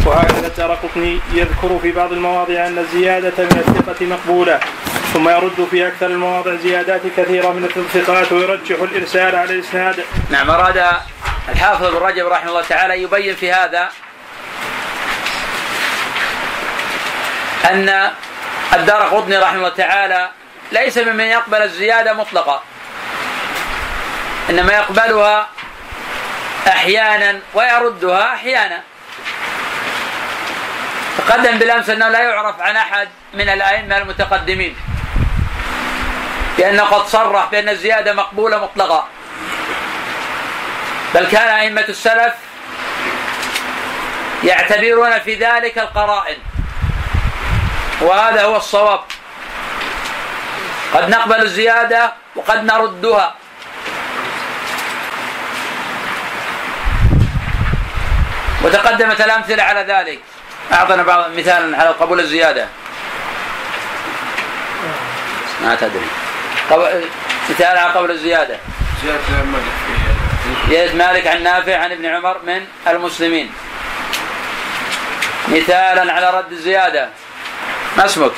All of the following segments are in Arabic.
وهكذا الدارقطني يذكر في بعض المواضع أن الزيادة من الثقة مقبولة، ثم يرد في أكثر المواضع زيادات كثيرة من الثقات ويرجح الإرسال على الإسناد. نعم. أراد الحافظ ابن رجب رحمه الله تعالى يبين في هذا أن الدارقطني رحمه الله تعالى ليس ممن يقبل الزيادة مطلقة، إنما يقبلها أحيانا ويردها أحيانا. تقدم بالأمس أنه لا يعرف عن أحد من الأئمة المتقدمين بأنه قد صرح بأن الزيادة مقبولة مطلقة، بل كان أئمة السلف يعتبرون في ذلك القرائن، وهذا هو الصواب. قد نقبل الزيادة وقد نردها. وتقدمت الأمثلة على ذلك. أعطنا بعض مثال على قبول الزيادة. ما تدري مثال على قبول الزيادة. زيادة مالك عن نافع عن ابن عمر من المسلمين. مثالا على رد الزيادة. ما اسمك؟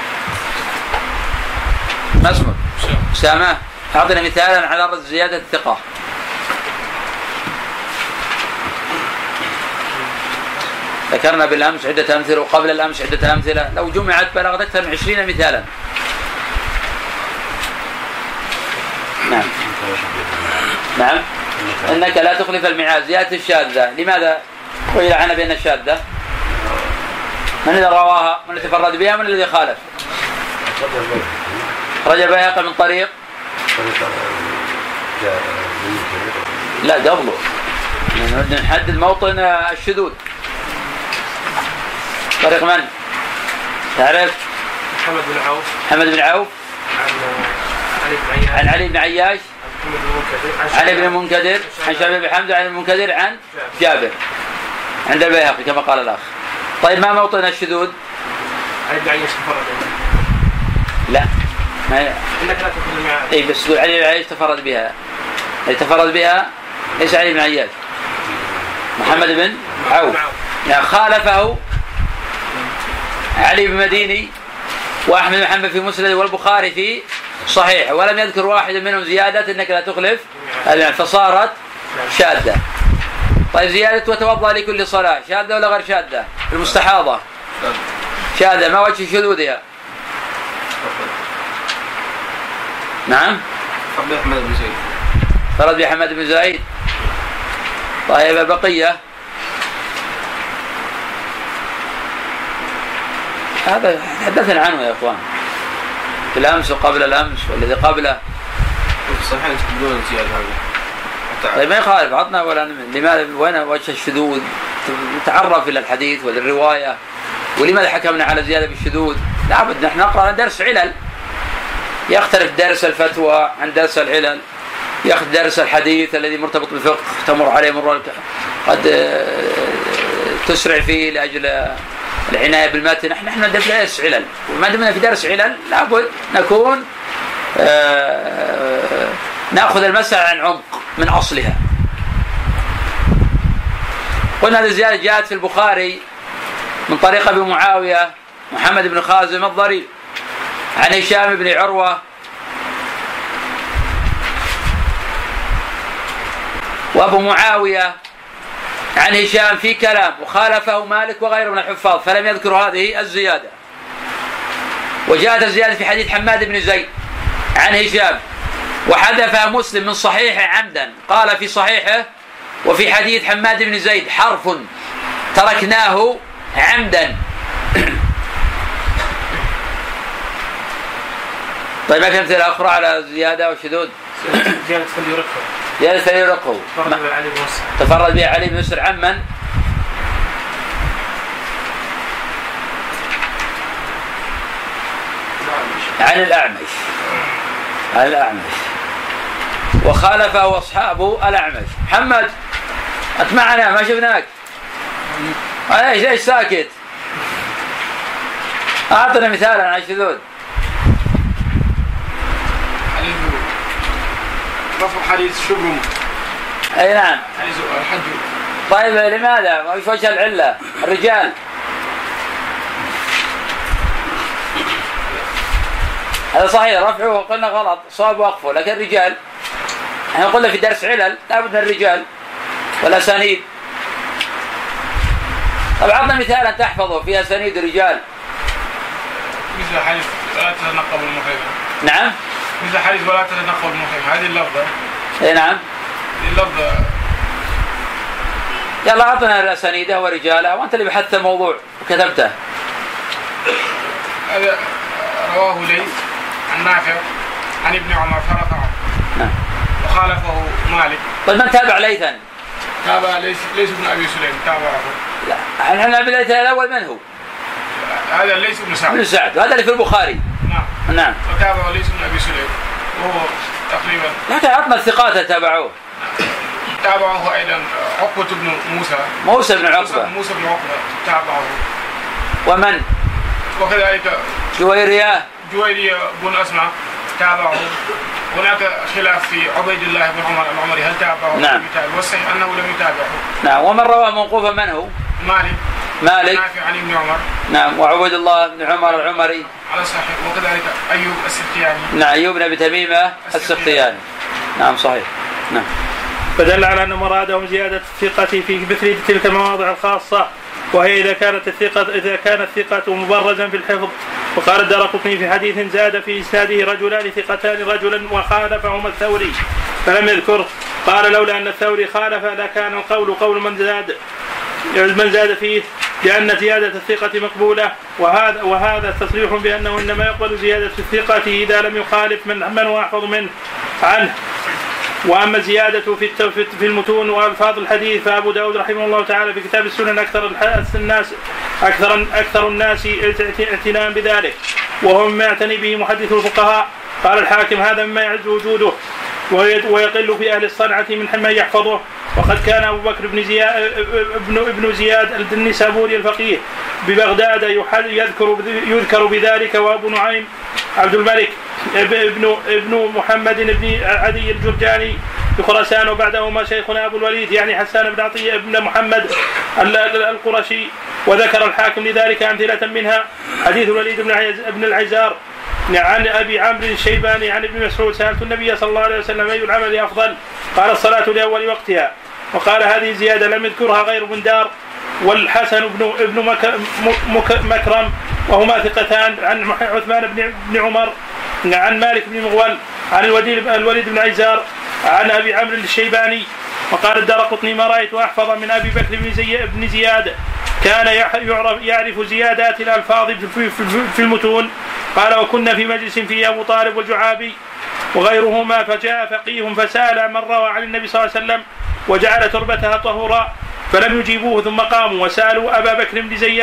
ما اسمك؟ أسامة. أعطنا مثالا على رد زيادة الثقة. ذكرنا بالأمس عدة أمثلة وقبل الأمس عدة أمثلة، لو جمعت بلغت أكثر من 20 مثالا. نعم. نعم. إنك لا تخلف الميعاد. زيادة الشاذة لماذا قيل عنها بأن الشاذة؟ من الذي رواها؟ من الذي تفرد بها؟ من الذي خالف؟ رجب بيهقي من طريق لا قبله نحدد موطن الشذوذ. طريق من؟ تعرف؟ محمد بن عوف عن علي بن عياش عن ابن المنكدر عن شعبة بن حمزة عن المنكدر عن جابر عند البيهقي كما قال الأخ. طيب ما موطن الشذوذ؟ علي بن عياش تفرد. لا ما إنك لا تخلف الميعاد. إيه بس علي بن عياش تفرد بها. اللي تفرد بها ليس علي بن عياش، محمد بن عوف. يعني خالفه علي بن مديني وأحمد بن حنبل في مسند والبخاري في صحيح، ولم يذكر واحد منهم زيادة إنك لا تخلف فصارت شاذة. طيب زيادة وتوضأ لكل صلاة شاذة ولا غير شاذة؟ المستحاضة شاذة. ما وجه شذوذها؟ نعم. فرد بحمد بن زيد. طيب البقية هذا تحدثنا عنه يا اخوان في الامس وقبل الامس والذي قبله. صحيح تقبلون زيادة هذا. طيب ما يخالف. عطنا ولا لماذا وين وجه الشذوذ؟ نتعرف الى الحديث والرواية ولماذا حكمنا على زيادة بالشذوذ. لابد نحن نقرأ درس علل، يختلف درس الفتوى عن درس العلل، ياخذ درس الحديث الذي مرتبط بالفقه تمر عليه مرة قد تسرع فيه لأجل العناية بالمتن. نحن ندرس درس علل، وما دمنا في درس علل لابد نكون نأخذ المسألة عن عمق من أصلها. قلنا هذه الزيادة جاءت في البخاري من طريق أبي معاوية محمد بن خازم الضرير عن هشام بن عروة وأبو معاوية عن هشام في كلام وخالفه مالك وغيره من الحفاظ فلم يذكر هذه الزيادة. وجاءت الزيادة في حديث حماد بن زيد عن هشام وحذفها مسلم من صحيحه عمدا، قال في صحيحه وفي حديث حماد بن زيد حرف تركناه عمدا. طيب ما في أمثلة أخرى على زيادة وشذوذ؟ زيادة فليرقه. زيادة فليرقه تفرد به علي بن مسر عمن؟ عن الأعمش. عن الأعمش وخالفه أصحاب الأعمش. محمد أنت معنا ما شفناك. ايش ساكت؟ أعطنا مثالا عن الشذوذ. رفع حديث شبرم. أي نعم. الحج طيب لماذا؟ ما في وجه العلة الرجال. هذا صحيح رفعه قلنا غلط صواب وقفه، لكن الرجال احنا قلنا في درس علل لابد من الرجال والأسانيد. طب عطنا مثالا تحفظه فيها أسانيد رجال. مثل حديث ولا تتنقب المحرم. نعم. مثل حديث ولا تتنقب المحرم، هذه اللفظة. اي نعم. اللفظة. يلا عطنا الأسانيده ورجاله، وأنت اللي بحثت الموضوع وكتبته. هذا رواه ليث عن نافع عن ابن عمر فرفعه. نعم. وخالفه مالك. طيب من تابع ليثا؟ تابع ليث بن أبي سليم تابعه. لا احنا بليث الأول من هو؟ هذا ليث بن سعد. بن سعد، وهذا اللي في البخاري. نعم. نعم. وتابعه ليث بن أبي سليم وهو تقريبا. لكن عطنا الثقات تابعوه. تابعه أيضا عقبة بن موسى بن عقبة. موسى بن عقبة تابعه. ومن؟ وكذلك جويرية بن أسمع تابعه. هناك خلاف في عبيد الله بن عمر العمري هل تابعه؟ نعم. والصحيح أنه لم يتابعه. نعم. ومن رواه موقوفا من هو؟ مالك نافع عن ابن عمر. نعم. وعبيد الله بن عمر العمري على صحيح. وكذلك أيوب السختياني. نعم. أيوب بن أبي تميمة السختياني. نعم صحيح. نعم. فدل على أن مرادهم زيادة الثقة في مثل تلك المواضع الخاصة، وهي إذا كانت الثقة مبرزا في الحفظ. وقال الدارقطني في حديث زاد في إسناده رجلان ثقتان رجلا وخالفهما الثوري فلم يذكره، قال لولا أن الثوري خالف لكان القول قول من زاد فيه، لأن زيادة الثقة مقبولة. وهذا تصريح بأنه إنما يقبل زيادة الثقة إذا لم يخالف من هو أحفظ منه عنه. وأما الزيادة في المتون وألفاظ الحديث فأبو داود رحمه الله تعالى في كتاب السنن أكثر الناس اعتناء بذلك، وهو مما يعتني به محدث الفقهاء. قال الحاكم هذا مما يعز وجوده ويقل في أهل الصنعة من يحفظه. وقد كان أبو بكر ابن زياد النسابوري الفقيه ببغداد يذكر بذلك، وأبو نعيم عبد الملك ابن محمد بن عدي الجرجاني بخراسان، وبعدهما شيخنا أبو الوليد يعني حسان بن عطية بن محمد القرشي. وذكر الحاكم لذلك أمثلة منها حديث الوليد بن العزار عن أبي عمرو الشيباني عن ابن مسعود سألت النبي صلى الله عليه وسلم أي العمل أفضل؟ قال الصلاة لأول وقتها. وقال هذه زيادة لم يذكرها غير بندار والحسن ابن مكرم وهما ثقتان عن عثمان بن عمر عن مالك بن مغول عن الوليد بن عزار عن أبي عمرو الشيباني. وقال الدارقطني ما رأيت أحفظ من أبي بكر بن زياد كان يعرف زيادات الألفاظ في المتون. قال وكنا في مجلس فيه أبو طالب والجعابي وغيرهما، فجاء فقيه فسأل من روى عن النبي صلى الله عليه وسلم وجعل تربتها طهورا، فلم يجيبوه، ثم قاموا وسألوا أبا بكر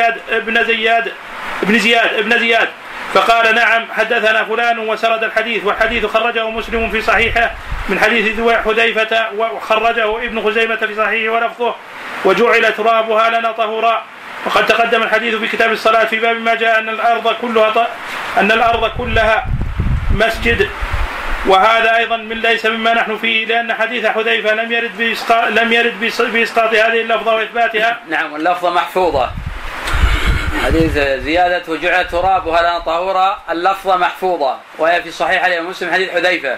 ابن زياد فقال نعم حدثنا فلان وسرد الحديث. والحديث خرجه مسلم في صحيحه من حديث ذوي حذيفة، وخرجه ابن خزيمة في صحيحه ولفظه وجعل ترابها لنا طهورا. وقد تقدم الحديث في كتاب الصلاة في باب ما جاء أن الأرض كلها مسجد، وهذا أيضا ليس مما نحن فيه، لأن حديث حذيفة لم يرد بإسقاط هذه اللفظة وإثباتها. نعم. واللفظة محفوظة، حديث زيادة وجعل ترابها لنا طهورا اللفظة محفوظة، وهي في صحيح الإمام مسلم حديث حذيفة.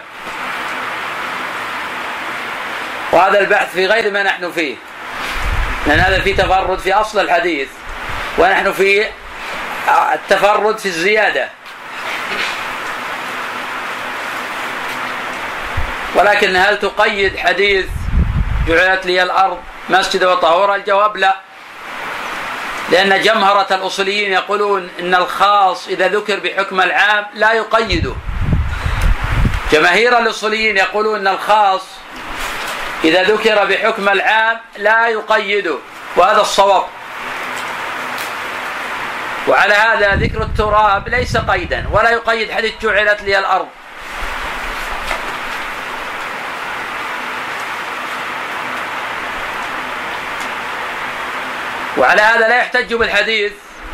وهذا البحث في غير ما نحن فيه، لأن هذا فيه تفرد في أصل الحديث، ونحن في التفرد في الزيادة. ولكن هل تقيد حديث جعلت لي الأرض مسجد وطهورا؟ الجواب لا، لأن جمهرة الأصوليين يقولون إن الخاص إذا ذكر بحكم العام لا يقيده. جماهير الأصوليين يقولون إن الخاص إذا ذكر بحكم العام لا يقيده، وهذا الصواب. وعلى هذا ذكر التراب ليس قيدا، ولا يقيد حديث جعلت لي الأرض. وعلى هذا لا يحتج بالحديث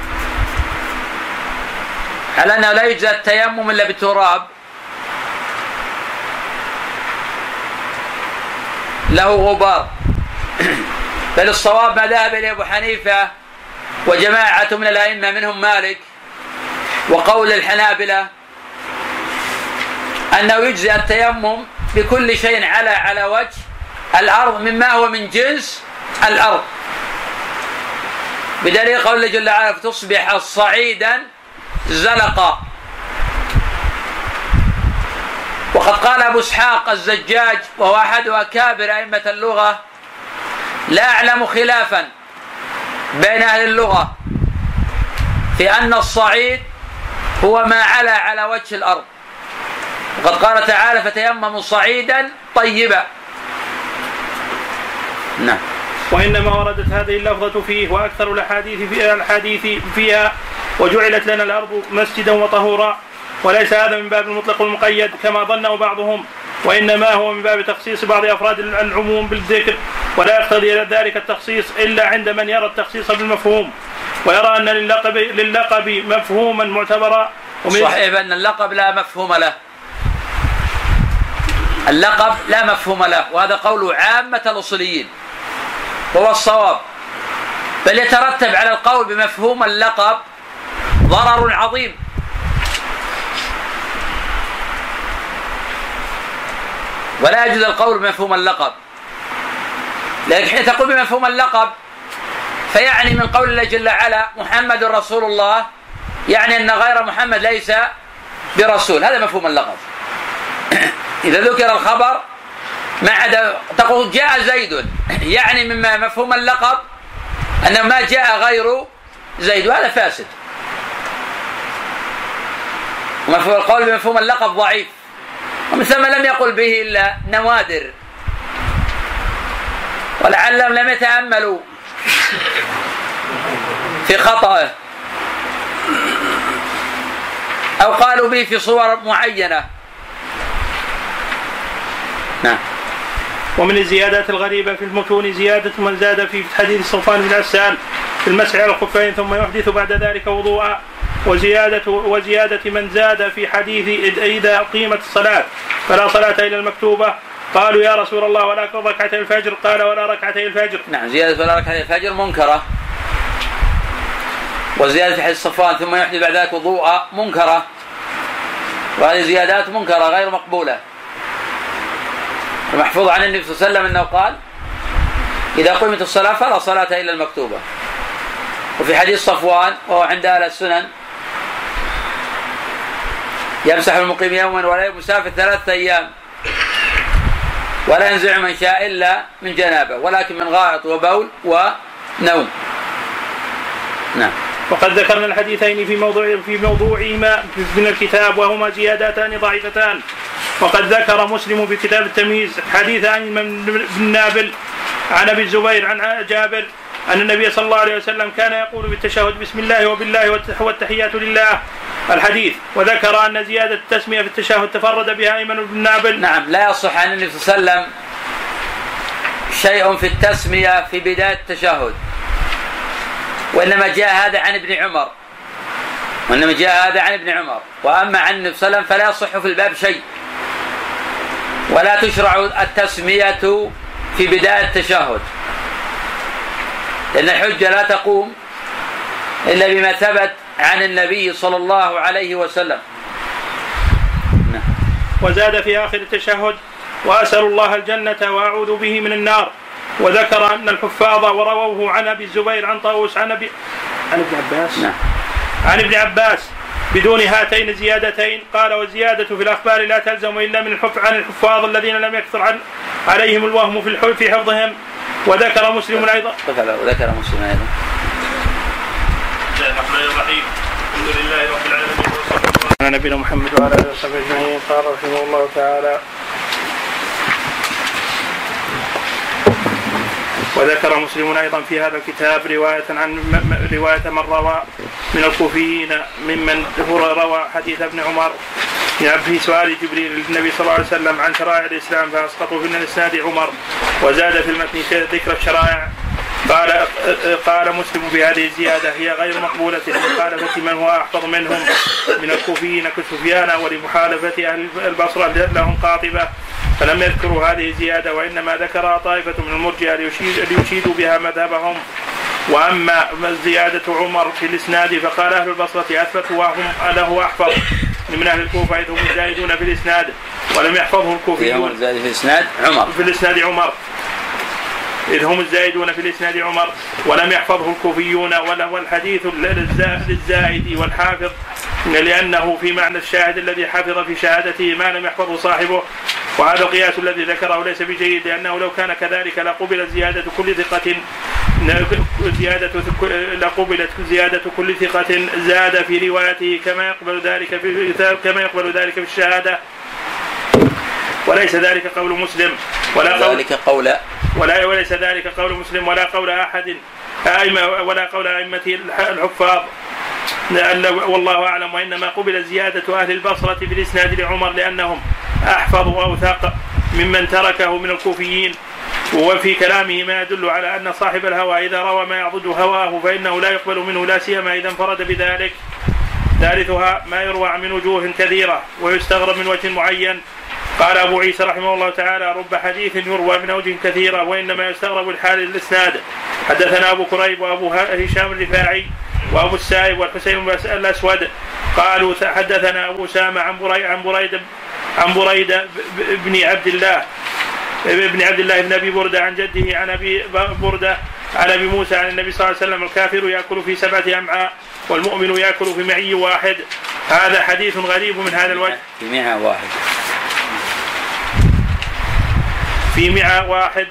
على أنه لا يجزى التيمم إلا بالتراب، له غبار. بل الصواب ما ذهب إليه أبو حنيفة وجماعة من الأئمة منهم مالك وقول الحنابلة أنه يجزي التيمم بكل شيء على وجه الأرض مما هو من جنس الأرض، بدليل قول الله جل وعلا فتصبح صعيدا زلقا. وقد قال أبو إسحاق الزجاج وهو أحد أكابر أئمة اللغة لا أعلم خلافا بين أهل اللغة في أن الصعيد هو ما على وجه الأرض، وقد قال تعالى فتيمموا صعيدا طيبا. نعم. وإنما وردت هذه اللفظة فيه وأكثر الحديث فيها وجعلت لنا الأرض مسجدا وطهورا، وليس هذا من باب المطلق والمقيد كما ظنه بعضهم، وإنما هو من باب تخصيص بعض أفراد العموم بالذكر، ولا يقتضي ذلك التخصيص إلا عند من يرى التخصيص بالمفهوم ويرى أن للقب مفهوما معتبرا. صحيح أن اللقب لا مفهوم له، اللقب لا مفهوم له، وهذا قول عامة الأصوليين وهو الصواب، بل يترتب على القول بمفهوم اللقب ضرر عظيم. ولا يجوز القول بمفهوم اللقب، لكن حين تقول بمفهوم اللقب فيعني من قول الله جل وعلا محمد رسول الله، يعني أن غير محمد ليس برسول، هذا مفهوم اللقب. إذا ذكر الخبر ما عدا تقول جاء زيد، يعني مما مفهوم اللقب أنه ما جاء غير زيد، وهذا فاسد. ومفهوم القول بمفهوم اللقب ضعيف، ومن ثم لم يقل به إلا نوادر، ولعلهم لم يتأملوا في خطأه أو قالوا به في صور معينة. نعم. ومن الزيادات الغريبة في المتون زيادة من زاد في حديث صفوان بن عسال في المسح على الخفين ثم يحدث بعد ذلك وضوءا، وزيادة من زاد في حديث إذا قيمت الصلاة فلا صلاة إلا المكتوبة. قالوا يا رسول الله ولا ركعتي الفجر؟ قال ولا ركعتي الفجر. نعم، زيادة ولا ركعتي الفجر منكرة، وزيادة في حديث صفوان ثم يحدث بعد ذلك وضوءا منكرة، وهذه زيادات منكرة غير مقبولة. المحفوظ عن النبي صلى الله عليه وسلم أنه قال إذا قيمت الصلاة فلا صلاة إلا المكتوبة. وفي حديث صفوان وهو عند أهل السنن يمسح المقيم يوما ولا مسافر 3 أيام ولا ينزع من شاء إلا من جنابه، ولكن من غائط وبول ونوم. نعم. وقد ذكرنا الحديثين في موضوعهما من الكتاب وهما زيادتان ضعيفتان. وقد ذكر مسلم في كتاب التمييز حديث أيمن بن نابل عن أبي الزبير عن جابر أن النبي صلى الله عليه وسلم كان يقول بالتشهد بسم الله وبالله والتحيات لله الحديث، وذكر أن زيادة التسمية في التشهد تفرد بها أيمن بن نابل. نعم، لا يصح عن النبي صلى الله عليه وسلم شيء في التسمية في بداية التشهد، وإنما جاء هذا عن ابن عمر، وأما عن النبي صلى الله عليه وسلم فلا يصح في الباب شيء، ولا تشرع التسمية في بداية التشهد، لأن الحجة لا تقوم إلا بما ثبت عن النبي صلى الله عليه وسلم. وزاد في آخر التشهد وأسأل الله الجنة وأعوذ به من النار، وذكر أن الحفاظ ورووه عن أبي الزبير عن طاووس عن ابن عباس بدون هاتين الزيادتين. قال والزيادة في الأخبار لا تلزم إلا من عن الحفاظ الذين لم يكثر عليهم الوهم في حفظهم. وذكر مسلم أيضا الحمد لله رب العالمين وصلى الله على نبينا محمد وعلى آله وصحبه أجمعين. قال رحمه الله تعالى وذكر مسلم أيضا في هذا الكتاب رواية من روى من الكوفيين ممن روى حديث ابن عمر في سؤال جبريل للنبي صلى الله عليه وسلم عن شرائع الإسلام فأسقطوا في الإسناد عمر، وزاد في المتن ذكر الشرائع. قال مسلم بهذه الزيادة هي غير مقبولة لمخالفة من هو أحفظ منهم من الكوفيين كسفيان ولمحالفة أهل البصرة لهم قاطبة. فلم يذكروا هذه الزيادة، وإنما ذكرها طائفة من المرجئة ليشيدوا بها مذهبهم. وأما زيادة عمر في الإسناد فقال أهل البصرة أثبتوا وهم له أحفظ من أهل الكوفة إذ هم الزائدون في الإسناد ولم يحفظه الكوفيون. في الإسناد عمر في الإسناد عمر إذ هم الزائدون في الإسناد عمر ولم يحفظه الكوفيون. والحديث للزائد والحافظ لأنه في معنى الشاهد الذي حفظ في شهادته ما لم يحفظه صاحبه. وهذا القياس الذي ذكره ليس بجيد، لأنه لو كان كذلك لقبلت زيادة كل ثقة زاد في روايته كما يقبل ذلك في الشهادة. وليس ذلك قول مسلم وليس ذلك قول مسلم ولا قول أحد ولا قول أئمة الحفاظ والله أعلم. وإنما قبل زيادة أهل البصرة بالإسناد لعمر لأنهم أحفظ وأوثق ممن تركه من الكوفيين. وفي كلامه ما يدل على أن صاحب الهوى إذا روى ما يعضد هواه فإنه لا يقبل منه لا سيما إذا انفرد بذلك. ثالثها ما يروى من وجوه كثيرة ويستغرب من وجه معين. قال أبو عيسى رحمه الله تعالى رب حديث يروى من وجه كثيرة وإنما يستغرب الحال الإسناد. حدثنا أبو كريب وأبو هشام الرفاعي وأبو السائب والحسين الأسود قالوا حدثنا أبو سامة عن بريدة بن عبد الله بن أبي بردة عن جده عن أبي بردة عن أبي موسى عن النبي صلى الله عليه وسلم الكافر يأكل في 7 أمعاء والمؤمن يأكل في معي واحد. هذا حديث غريب من هذا الوجه. في معاء واحد.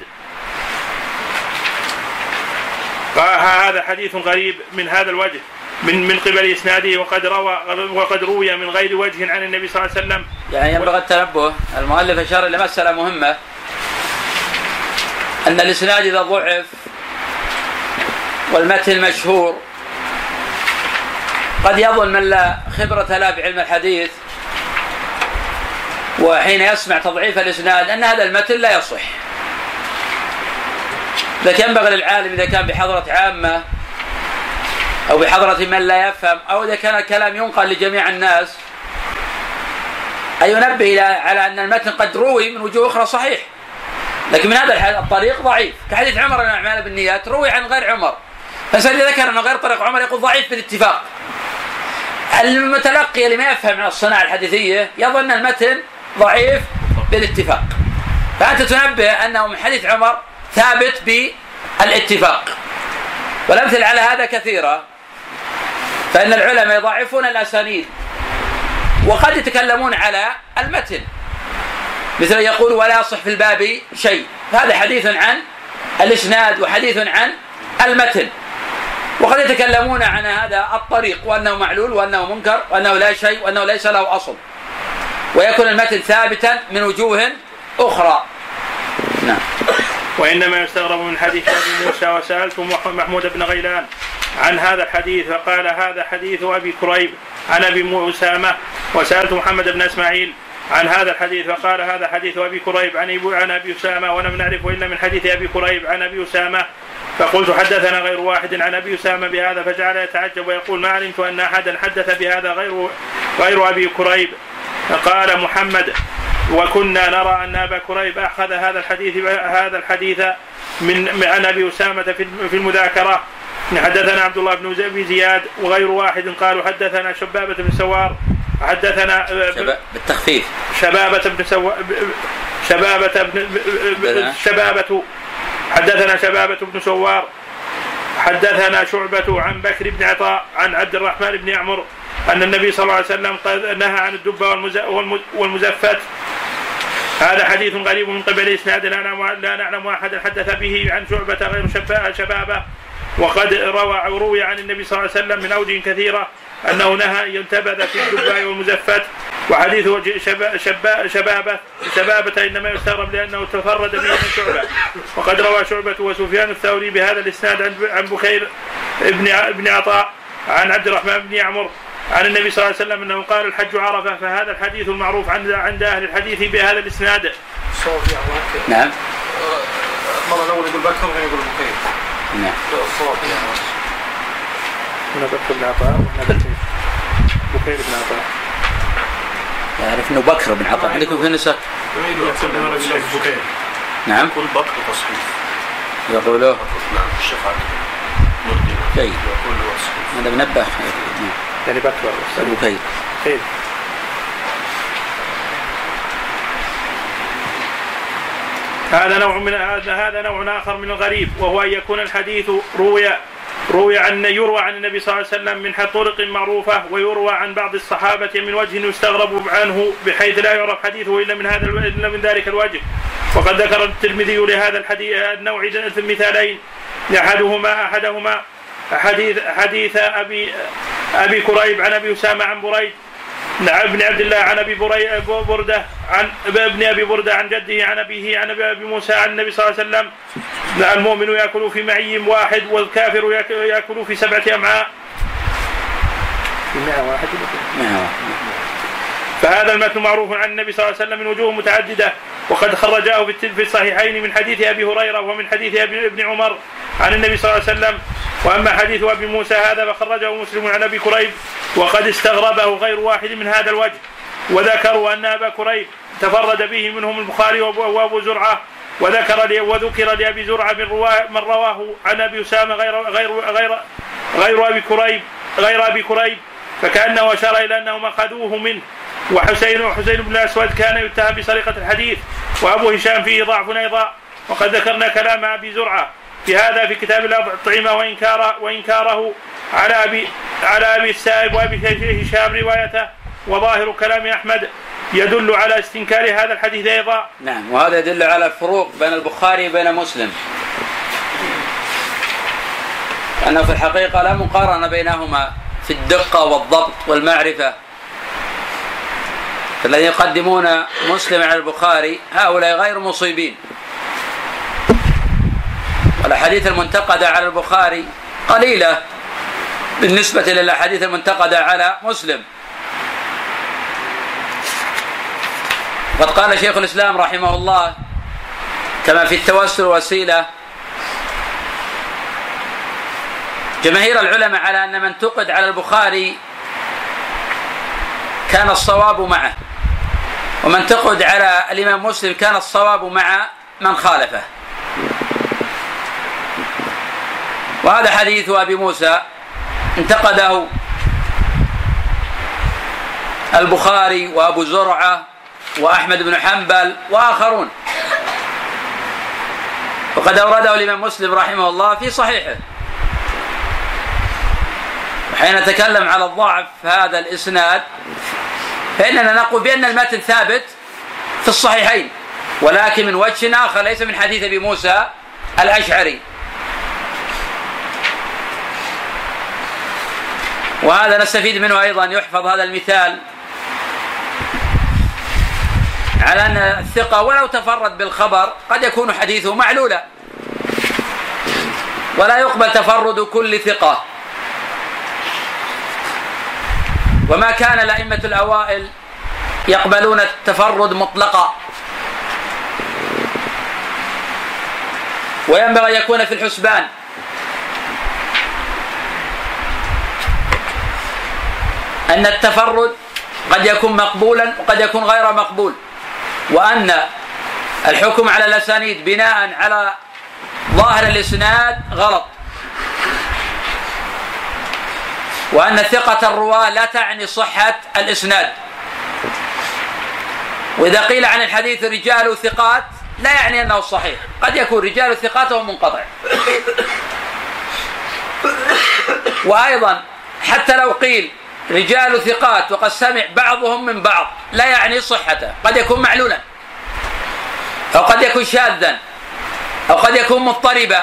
هذا حديث غريب من هذا الوجه من قبل إسناده وقد روي من غير وجه عن النبي صلى الله عليه وسلم. يعني ينبغي التنبه. المؤلف أشار إلى مسألة مهمة، أن الإسناد إذا ضعف والمتن مشهور قد يظن من لا خبرة له بعلم الحديث وحين يسمع تضعيف الإسناد أن هذا المتن لا يصح. لكن ينبغي للعالم إذا كان بحضرة عامة أو بحضرة من لا يفهم أو إذا كان الكلام ينقل لجميع الناس أن ينبه على أن المتن قد روي من وجوه أخرى صحيح لكن من هذا الطريق ضعيف، كحديث عمر أن الأعمال بالنيات روي عن غير عمر، فإذا ذكر أنه غير طريق عمر يقول ضعيف بالاتفاق. المتلقي اللي ما يفهم عن الصناعة الحديثية يظن المتن ضعيف بالاتفاق، فأنت تنبه أنه من حديث عمر ثابت بالاتفاق. والأمثلة على هذا كثيرة، فإن العلماء يضاعفون الأسانيد وقد يتكلمون على المتن، مثل يقول ولا يصح في الباب شيء، هذا حديث عن الإسناد وحديث عن المتن، وقد يتكلمون عن هذا الطريق وأنه معلول وأنه منكر وأنه لا شيء وأنه ليس له أصل، ويكون المتن ثابتا من وجوه أخرى. نعم. وإنما يستغرب من حديث أبي موسى وسألت محمود بن غيلان عن هذا الحديث فقال هذا حديث أبي كريب عن أبي أسامة، وسألت محمد بن إسماعيل عن هذا الحديث فقال هذا حديث أبي كريب عن أبي أسامة ولم نعرف إلا من حديث أبي كريب عن أبي أسامة. فقلت حدثنا غير واحد عن أبي أسامة بهذا، فجعل يتعجب ويقول ما علمت أن أحدا حدث بهذا غير أبي كريب. قال محمد وكنا نرى أن أبا كريب أخذ هذا الحديث عن أبي أسامة في المذاكرة. حدثنا عبد الله بن زياد وغير واحد قالوا حدثنا شبابة بن سوار حدثنا بالتخفيف حدثنا شبابة بن سوار حدثنا شعبة عن بكر بن عطاء عن عبد الرحمن بن عمرو أن النبي صلى الله عليه وسلم نهى عن الدب والمزفت. هذا حديث غريب من قبل إسناد لا نعلم أحدا حدث به عن شعبة غير شبابة، وقد روي عن النبي صلى الله عليه وسلم من أوجه كثيرة أنه نهى أن ينتبذ في الدباء والمزفت. وحديث شبابة إنما يستغرب لأنه تفرد به من شعبة، وقد روى شعبة وسفيان الثوري بهذا الإسناد عن بكير ابن عطاء عن عبد الرحمن بن عمرو عن النبي صلى الله عليه وسلم أنه قال الحج عرفة. فهذا الحديث المعروف عند أهل الحديث بهذا الإسناد. نعم. مرة الأول يقول بكر وغير يقول بكير. نعم. الصواب يعني. هنا بكر بن عطاء وهنا بكير بن عطاء. يعرف انه بكر بن عطاء عندكم في النسخ. نعم كل بكر تصحيح يقولوا نعم الشفعة جيد هذا منبه يعني بكر خير خير. هذا نوع آخر من الغريب، وهو أن يكون الحديث يروى عن النبي صلى الله عليه وسلم من طرق معروفة، ويروى عن بعض الصحابة من وجه يستغرب عنه بحيث لا يعرف حديثه إلا من ذلك الوجه. وقد ذكر الترمذي لهذا النوع مثالين، أحدهما حديث أبي كريب عن أبي أسامة عن بريد بن عبد الله عن أبي بردة عن جده عن أبيه عن أبي موسى عن النبي صلى الله عليه وسلم: المؤمن يأكل في معي واحد والكافر يأكل في 7 أمعاء. فهذا المتن معروف عن النبي صلى الله عليه وسلم من وجوه متعددة، وقد خرجاه في الصحيحين من حديث أبي هريرة ومن حديث ابن عمر عن النبي صلى الله عليه وسلم. وأما حديث أبي موسى هذا فخرجه مسلم عن أبي كريب، وقد استغربه غير واحد من هذا الوجه، وذكروا أن أبا كريب تفرد به منهم البخاري وأبو زرعة، وذكر لأبي زرعة من رواه عن أبي أسامة غير أبي كريب، فكأنه أشار إلى أنهم أخذوه منه. وحسين بن الأسود كان يتهم بسرقة الحديث، وأبو هشام فيه ضعف أيضا. وقد ذكرنا كلام أبي زرعة في هذا في كتاب الأطعمة وإنكاره على أبي السائب وأبي هشام روايته، وظاهر كلام أحمد يدل على استنكار هذا الحديث أيضا. نعم، وهذا يدل على الفروق بين البخاري وبين مسلم، أنه في الحقيقة لا مقارنة بينهما في الدقة والضبط والمعرفة. فالذين يقدمون مسلم على البخاري هؤلاء غير مصيبين، والأحاديث المنتقدة على البخاري قليلة بالنسبة للأحاديث المنتقدة على مسلم. وقد قال شيخ الإسلام رحمه الله كما في التوسل وسيلة: جماهير العلماء على أن من انتقد على البخاري كان الصواب معه، ومن انتقد على الإمام مسلم كان الصواب مع من خالفه. وهذا حديث أبي موسى انتقده البخاري وأبو زرعة وأحمد بن حنبل وآخرون، وقد أورده الإمام مسلم رحمه الله في صحيحه. وحين نتكلم على الضعف هذا الإسناد فإننا نقول بأن المتن ثابت في الصحيحين، ولكن من وجه آخر ليس من حديث أبي موسى الأشعري. وهذا نستفيد منه أيضا يحفظ هذا المثال على أن الثقة ولو تفرد بالخبر قد يكون حديثه معلولا، ولا يقبل تفرد كل ثقة. وما كان الأئمة الأوائل يقبلون التفرد مطلقا، وينبغي أن يكون في الحسبان أن التفرد قد يكون مقبولا وقد يكون غير مقبول، وأن الحكم على الأسانيد بناء على ظاهر الإسناد غلط، وأن ثقة الرواة لا تعني صحة الإسناد. وإذا قيل عن الحديث رجال ثقات لا يعني أنه صحيح، قد يكون رجال ثقات ومنقطع. وأيضا حتى لو قيل رجال ثقات وقد سمع بعضهم من بعض لا يعني صحته، قد يكون معلولا أو قد يكون شاذا أو قد يكون مضطربا.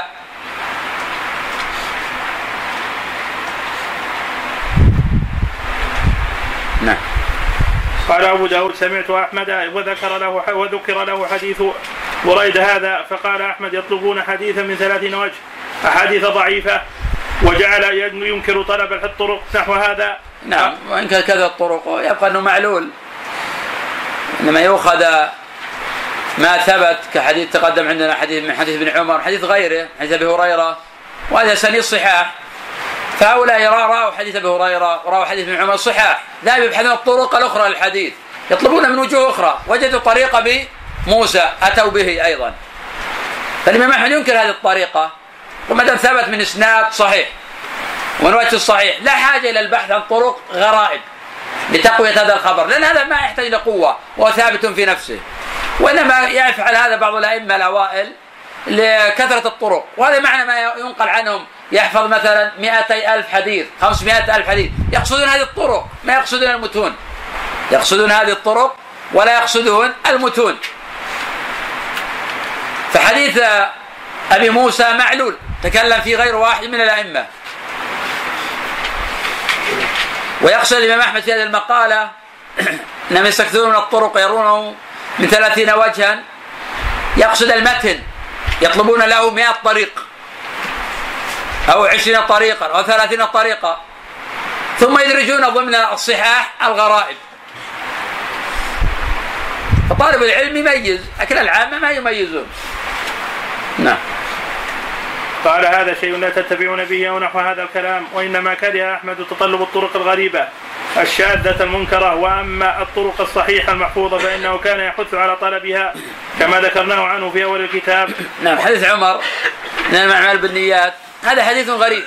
نعم. قال أبو داود: سمعت أحمد وذكر له حديث بريد هذا، فقال أحمد: يطلبون حديثا من 30 وجه، أحاديث ضعيفة، وجعل ينكر طلب الطرق نحو هذا. نعم، وإن كان كذا الطرق يبقى أنه معلول، إنما يؤخذ ما ثبت كحديث تقدم عندنا حديث من حديث ابن عمر، حديث غيره، حديث أبي هريرة، وهذا سنيد صحاح. فهؤلاء رأوا حديث أبي هريرة ورأوا حديث ابن عمر صحاح، لا يبحثون الطرق الأخرى للحديث، يطلبون من وجوه أخرى، وجدوا طريقة بموسى أتوا به أيضا. فالإمام أحمد ينكر هذه الطريقة، وما دام ثبت من إسناد صحيح ومن وجه الصحيح لا حاجة إلى البحث عن طرق غرائب لتقوية هذا الخبر، لأن هذا ما يحتاج إلى قوة وهو ثابت في نفسه، وإنما يفعل هذا بعض الأئمة الأوائل لكثرة الطرق. وهذا معنى ما ينقل عنهم يحفظ مثلا 200,000 حديث 500,000 حديث، يقصدون هذه الطرق ما يقصدون المتون، يقصدون هذه الطرق ولا يقصدون المتون. فحديث أبي موسى معلول تكلم فيه غير واحد من الأئمة. ويقصد الإمام أحمد في هذه المقالة أنهم يستكثرون من الطرق يرونه من 30 وجها، يقصد المتن، يطلبون له 100 طريق أو 20 طريقا أو 30 طريقة، ثم يدرجون ضمن الصحاح الغرائب. فطالب العلم يميز، لكن العامة ما يميزون. نعم. قال هذا شيء لا تتبعون به أو نحو هذا الكلام، وإنما كره أحمد تطلب الطرق الغريبة الشاذة المنكرة، وأما الطرق الصحيحة المحفوظة فإنه كان يحث على طلبها كما ذكرناه عنه في أول الكتاب. نعم. حديث عمر إنما الأعمال بالنيات هذا حديث غريب،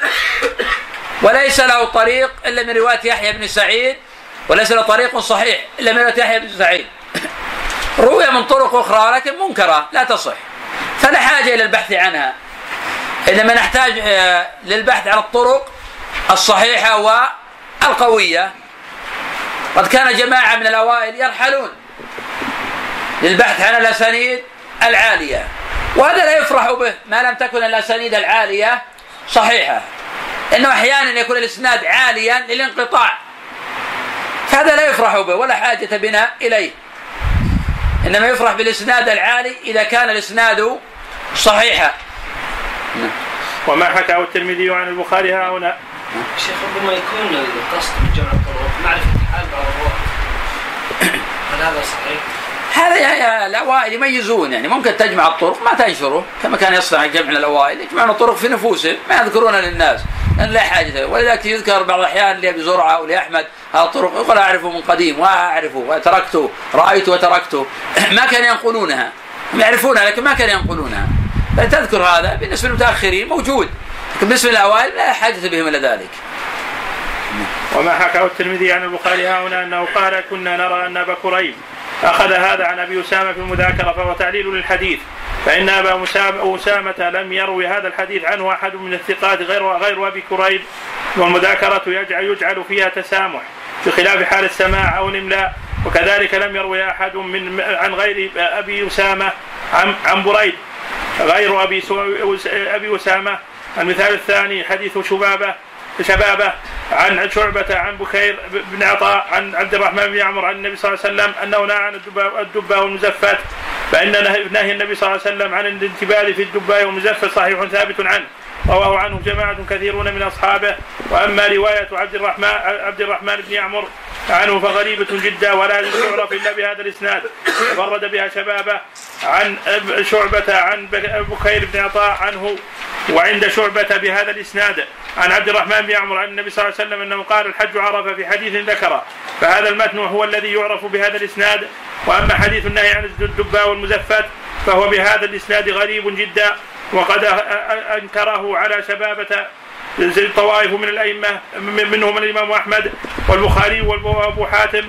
وليس له طريق إلا من رواية يحيى بن سعيد، وليس له طريق صحيح إلا من رواية يحيى بن سعيد، روي من طرق أخرى لكن منكرة لا تصح، فلا حاجة إلى البحث عنها، إنما نحتاج للبحث عن الطرق الصحيحة والقوية. قد كان جماعة من الأوائل يرحلون للبحث عن الأسانيد العالية، وهذا لا يفرح به ما لم تكن الأسانيد العالية صحيحة، إنه أحيانا يكون الإسناد عاليا للانقطاع، فهذا لا يفرح به ولا حاجة بنا إليه، إنما يفرح بالإسناد العالي إذا كان الإسناد صحيحا. وما حكاه الترمذي عن البخاري هنا. شيخ ربما يكون القصد من جمع الطرق معرفة حال بعض الرواة، هل هذا صحيح؟ هذا الأوائل يميزون، يعني ممكن تجمع الطرق ما تنشره كما كان يصنع جمع الأوائل، يجمعون الطرق في نفوسهم ما يذكرونها للناس لأن لا حاجة. ولذلك يذكر بعض الأحيان لأبي زرعة ولأحمد هذا الطرق يقول أعرفه من قديم وأعرفه وتركته، رأيته وتركته، ما كان ينقلونها، يعرفونها لكن ما كان ينقلونها. فتذكر هذا بالنسبة للمتأخرين موجود، لكن بالنسبة للأوائل لا حاجة بهم إلى ذلك. وما حكاه الترمذي عن البخاري هنا أنه قال كنا نرى أن أبا كريب أخذ هذا عن أبي أسامة في المذاكرة فهو تعليل للحديث، فإن أبا أسامة لم يروي هذا الحديث عنه أحد من الثقات غير أبي كريب، والمذاكرة يجعل فيها تسامح بخلاف حال السماع أو الإملاء، وكذلك لم يروي أحد عن غير أبي أسامة عن بريد غير أبي أسامة. المثال الثاني حديث شبابة عن شعبة عن بكير بن عطاء عن عبد الرحمن بن عمرو عن النبي صلى الله عليه وسلم أنه نهى عن الدباء والمزفت، فإن نهي النبي صلى الله عليه وسلم عن الانتباه في الدباء والمزفت صحيح ثابت عنه، رواه عنه جماعة كثيرون من أصحابه. وأما رواية عبد الرحمن بن عمرو عنه فغريبة جدا ولا تعرف إلا بهذا الإسناد، تفرد بها شبابة عن شعبة عن بكير بن عطاء عنه، وعند شعبة بهذا الإسناد عن عبد الرحمن بن عمرو عن النبي صلى الله عليه وسلم أنه قال الحج عرفة في حديث ذكره، فهذا المتن هو الذي يعرف بهذا الإسناد. وأما حديث النهي عن الدباء والمزفت فهو بهذا الإسناد غريب جدا، وقد أنكره على شبابة طوائف من الأئمة منهم الإمام أحمد والبخاري وأبو حاتم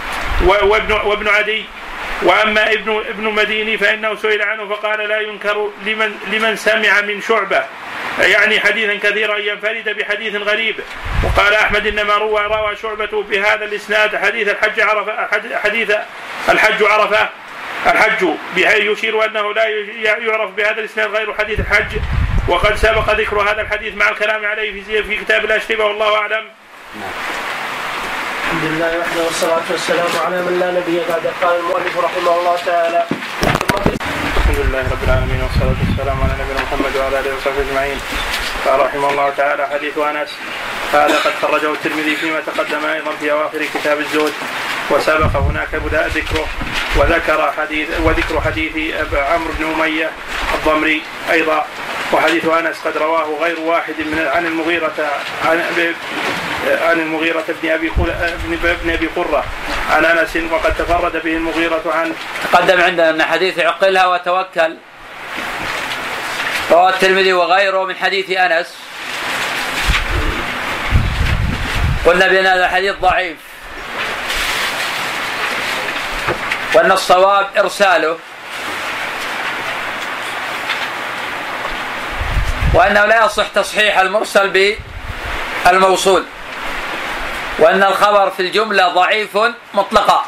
وابن عدي. وأما ابن المديني فإنه سئل عنه فقال لا ينكر لمن سمع من شعبة يعني حديثا كثيرا ينفرد بحديث غريب. وقال أحمد إنما روى شعبة بهذا الإسناد حديث الحج عرفة الحج يشير أنه لا يعرف بهذا الإسناد غير حديث الحج، وقد سبق ذكر هذا الحديث مع الكلام عليه في كتاب الأشربة والله أعلم. الحمد لله وحده والصلاة والسلام على من لا نبي بعد. قال المؤلف رحمه الله تعالى الحمد لله رب العالمين والصلاة والسلام على نبينا محمد وعلى آله وصحبه أجمعين. قال رحمه الله تعالى حديث أنس هذا قد خرجه الترمذي فيما تقدم أيضا في أواخر كتاب الزهد، وسبق هناك بدأ ذكره وذكر حديث عمرو بن أمية الضمري أيضا. وحديث أنس قد رواه غير واحد عن المغيرة عن المغيرة بن أبي قرة عن أنس وقد تفرد به المغيرة عنه. تقدم عندنا أن حديث عقلها وتوكل رواه الترمذي وغيره من حديث أنس. قلنا بأن هذا الحديث ضعيف وأن الصواب إرساله وأنه لا يصح تصحيح المرسل بالموصول وأن الخبر في الجملة ضعيف مطلقا،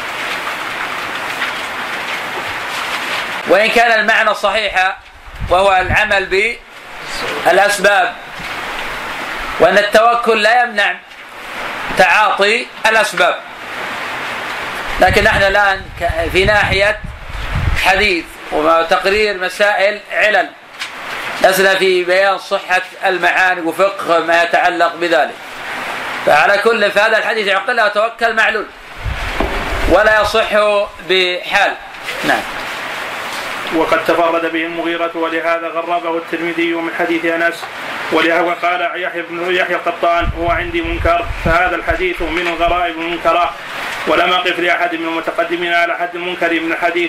وإن كان المعنى صحيحا وهو العمل بالأسباب، وأن التوكل لا يمنع تعاطي الأسباب. لكن نحن الآن في ناحية حديث وتقرير مسائل علل، لسنا في بيان صحة المعاني وفقه ما يتعلق بذلك. فعلى كل فهذا الحديث عقلها وتوكل معلول ولا يصح بحال. نعم. وقد تفرد به المغيرة ولهذا غربه الترمذي من حديث أنس، ولهذا قال يحيى القطان هو عندي منكر، فهذا الحديث من الغرائب المنكرة، ولم أقف لأحد من المتقدمين على حد المنكر من الحديث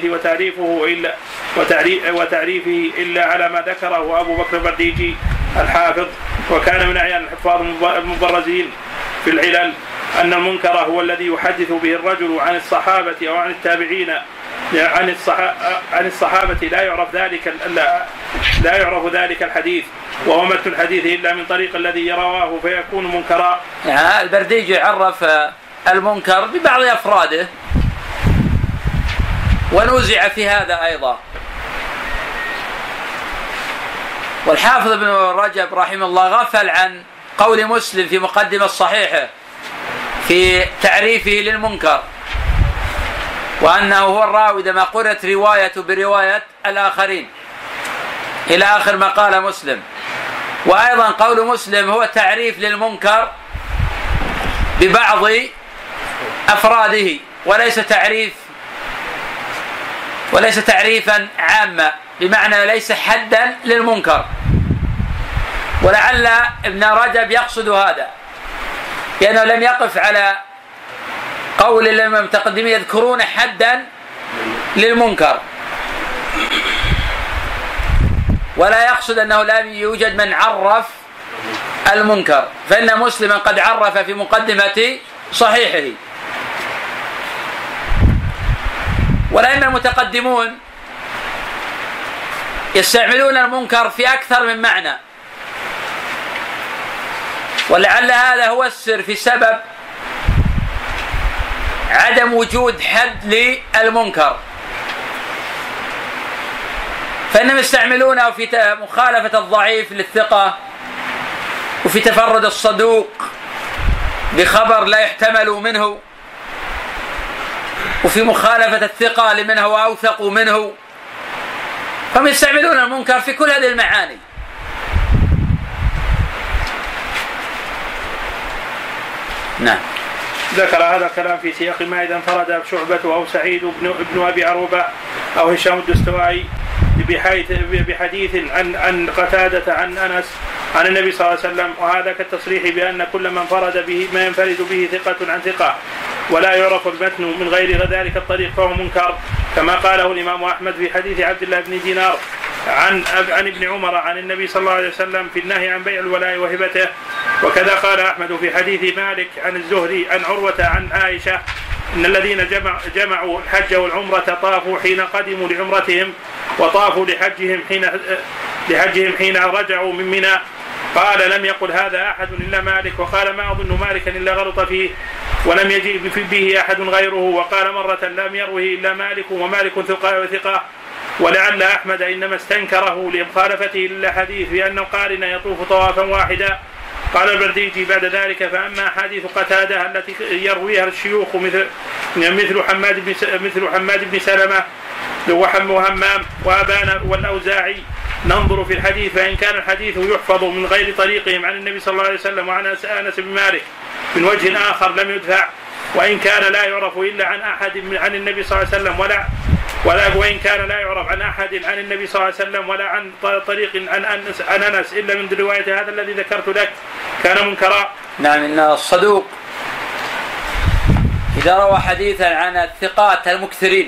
وتعريفه إلا على ما ذكره أبو بكر البرديجي الحافظ، وكان من أعيان الحفاظ المبرزين في العلل أن المنكر هو الذي يحدث به الرجل عن الصحابة أو عن التابعين عن الصحابة لا يعرف ذلك الحديث، وهو متن الحديث إلا من طريق الذي يرواه فيكون منكرا. البرديجي عرف المنكر ببعض أفراده ونوزع في هذا أيضا. والحافظ ابن رجب رحمه الله غفل عن قول مسلم في مقدمة صحيحه في تعريفه للمنكر، وأنه هو الراوي لما قرأت رواية برواية الآخرين إلى آخر ما قال مسلم. وأيضا قول مسلم هو تعريف للمنكر ببعض أفراده وليس تعريفا عاما، بمعنى ليس حدا للمنكر. ولعل ابن رجب يقصد هذا، لأنه لم يقف على قول المتقدمين يذكرون حدا للمنكر، ولا يقصد أنه لا يوجد من عرف المنكر، فإن مسلما قد عرف في مقدمة صحيحه. والأئمة المتقدمون يستعملون المنكر في أكثر من معنى، ولعل هذا هو السر في سبب عدم وجود حد للمنكر، فإنهم يستعملونه في مخالفة الضعيف للثقة، وفي تفرد الصدوق بخبر لا يحتمل منه، وفي مخالفة الثقة لمن هو أوثق منه. فهم يستعملون المنكر في كل هذه المعاني. نعم. ذكر هذا الكلام في سياق ما إذا انفرد شعبة أو سعيد بن أبي عروبة أو هشام الدستوائي بحديث عن قتادة عن أنس عن النبي صلى الله عليه وسلم، وهذا كالتصريح بأن كل من انفرد به ما ينفرد به ثقة عن ثقة ولا يعرف المتن من غير ذلك الطريق فهو منكر، كما قاله الإمام أحمد في حديث عبد الله بن دينار عن ابن عمر عن النبي صلى الله عليه وسلم في النهي عن بيع الولاء وهبته. وكذا قال أحمد في حديث مالك عن الزهري عن عروة عن عائشة إن الذين جمعوا الحج والعمرة طافوا حين قدموا لعمرتهم وطافوا لحجهم حين رجعوا من منى. قال لم يقل هذا أحد إلا مالك، وقال ما أظن مالكا إلا غلط فيه ولم يجئ به أحد غيره، وقال مرة لم يروه إلا مالك ومالك ثقة. ولعل أحمد إنما استنكره لمخالفته للحديث بأن القارن يطوف طوافا واحدا. قال البرديجي بعد ذلك فأما حديث قتادة التي يرويها الشيوخ مثل حماد بن سلمة وهمام وأبان والأوزاعي ننظر في الحديث، فإن كان الحديث يحفظ من غير طريقهم عن النبي صلى الله عليه وسلم وعن أنس بن مالك من وجه آخر لم يدفع، وإن كان لا يعرف إلا عن أحد عن النبي صلى الله عليه وسلم وإن كان لا يعرف عن أحد عن النبي صلى الله عليه وسلم ولا عن طريق عن أنس إلا من رواية هذا الذي ذكرت لك كان منكرا. نعم، إن الصدوق إذا روى حديثا عن الثقات المكثرين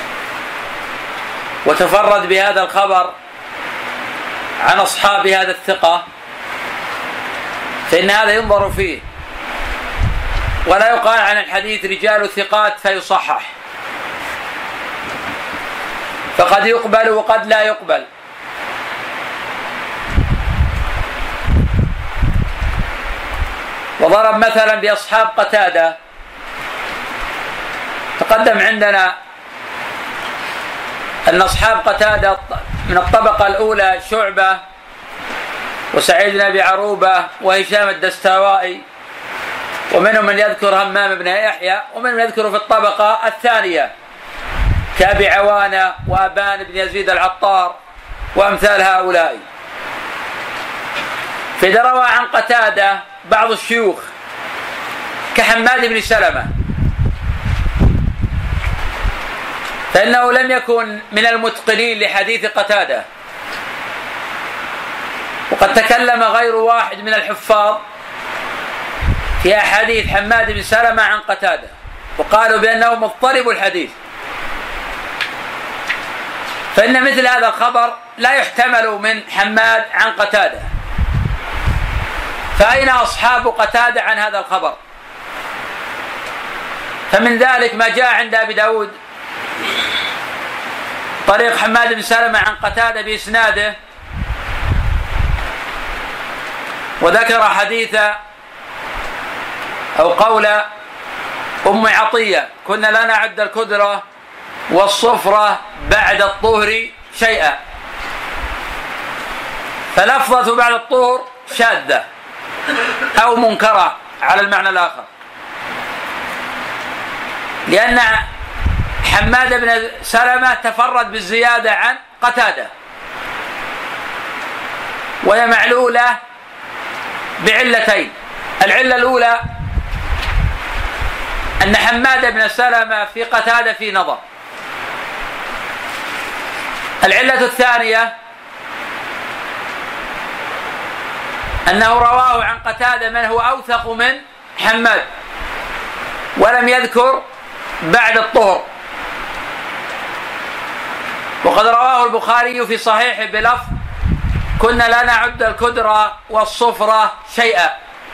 وتفرد بهذا الخبر عن أصحاب هذا الثقة فإن هذا ينظر فيه، ولا يقال عن الحديث رجال ثقات فيصحح، فقد يقبل وقد لا يقبل. وضرب مثلا بأصحاب قتادة. تقدم عندنا أن أصحاب قتادة من الطبقة الأولى شعبة وسعيد بن أبي عروبة وهشام الدستوائي، ومنهم من يذكر همام بن يحيى، ومنهم من يذكر في الطبقة الثانية كأبي عوانة وأبان بن يزيد العطار وأمثال هؤلاء. فإذا روى عن قتادة بعض الشيوخ كحماد بن سلمة فإنه لم يكن من المتقنين لحديث قتادة، وقد تكلم غير واحد من الحفاظ في أحاديث حماد بن سلمة عن قتادة وقالوا بأنه مضطرب الحديث، فإن مثل هذا الخبر لا يحتمل من حماد عن قتادة، فأين أصحاب قتادة عن هذا الخبر؟ فمن ذلك ما جاء عند أبي داود طريق حماد بن سلمة عن قتادة بإسناده، وذكر حديث أو قول أم عطية: كنا لا نعد الكدرة والصفرة بعد الطهر شيئا، فلفظة بعد الطهر شاذة أو منكرة على المعنى الآخر، لأن حماد بن سلمة تفرد بالزيادة عن قتادة، وهي معلولة بعلتين. العلة الأولى أن حماد بن سلمة في قتادة في نظر. العلة الثانية أنه رواه عن قتادة من هو أوثق من حماد، ولم يذكر بعد الطهر. وقد رواه البخاري في صحيحه بلفظ: كنا لا نعد الكدرة والصفرة شيئا.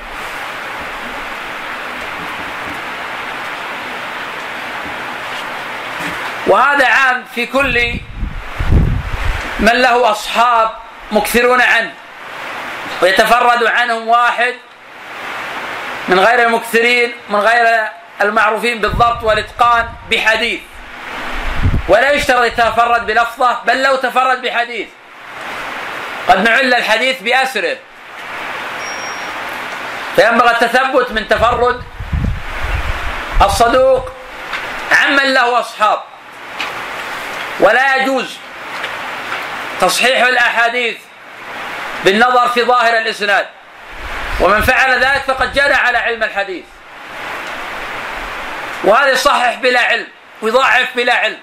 وهذا عام في كل من له أصحاب مكثرون عنه ويتفرد عنهم واحد من غير المكثرين، من غير المعروفين بالضبط والإتقان بحديث، ولا يشترط يتفرد بلفظة، بل لو تفرد بحديث قد نعل الحديث بأسره، فينبغي التثبت من تفرد الصدوق عمن له أصحاب، ولا يجوز تصحيح الأحاديث بالنظر في ظاهر الإسناد، ومن فعل ذلك فقد جنى على علم الحديث، وهذا يصحح بلا علم ويضعف بلا علم.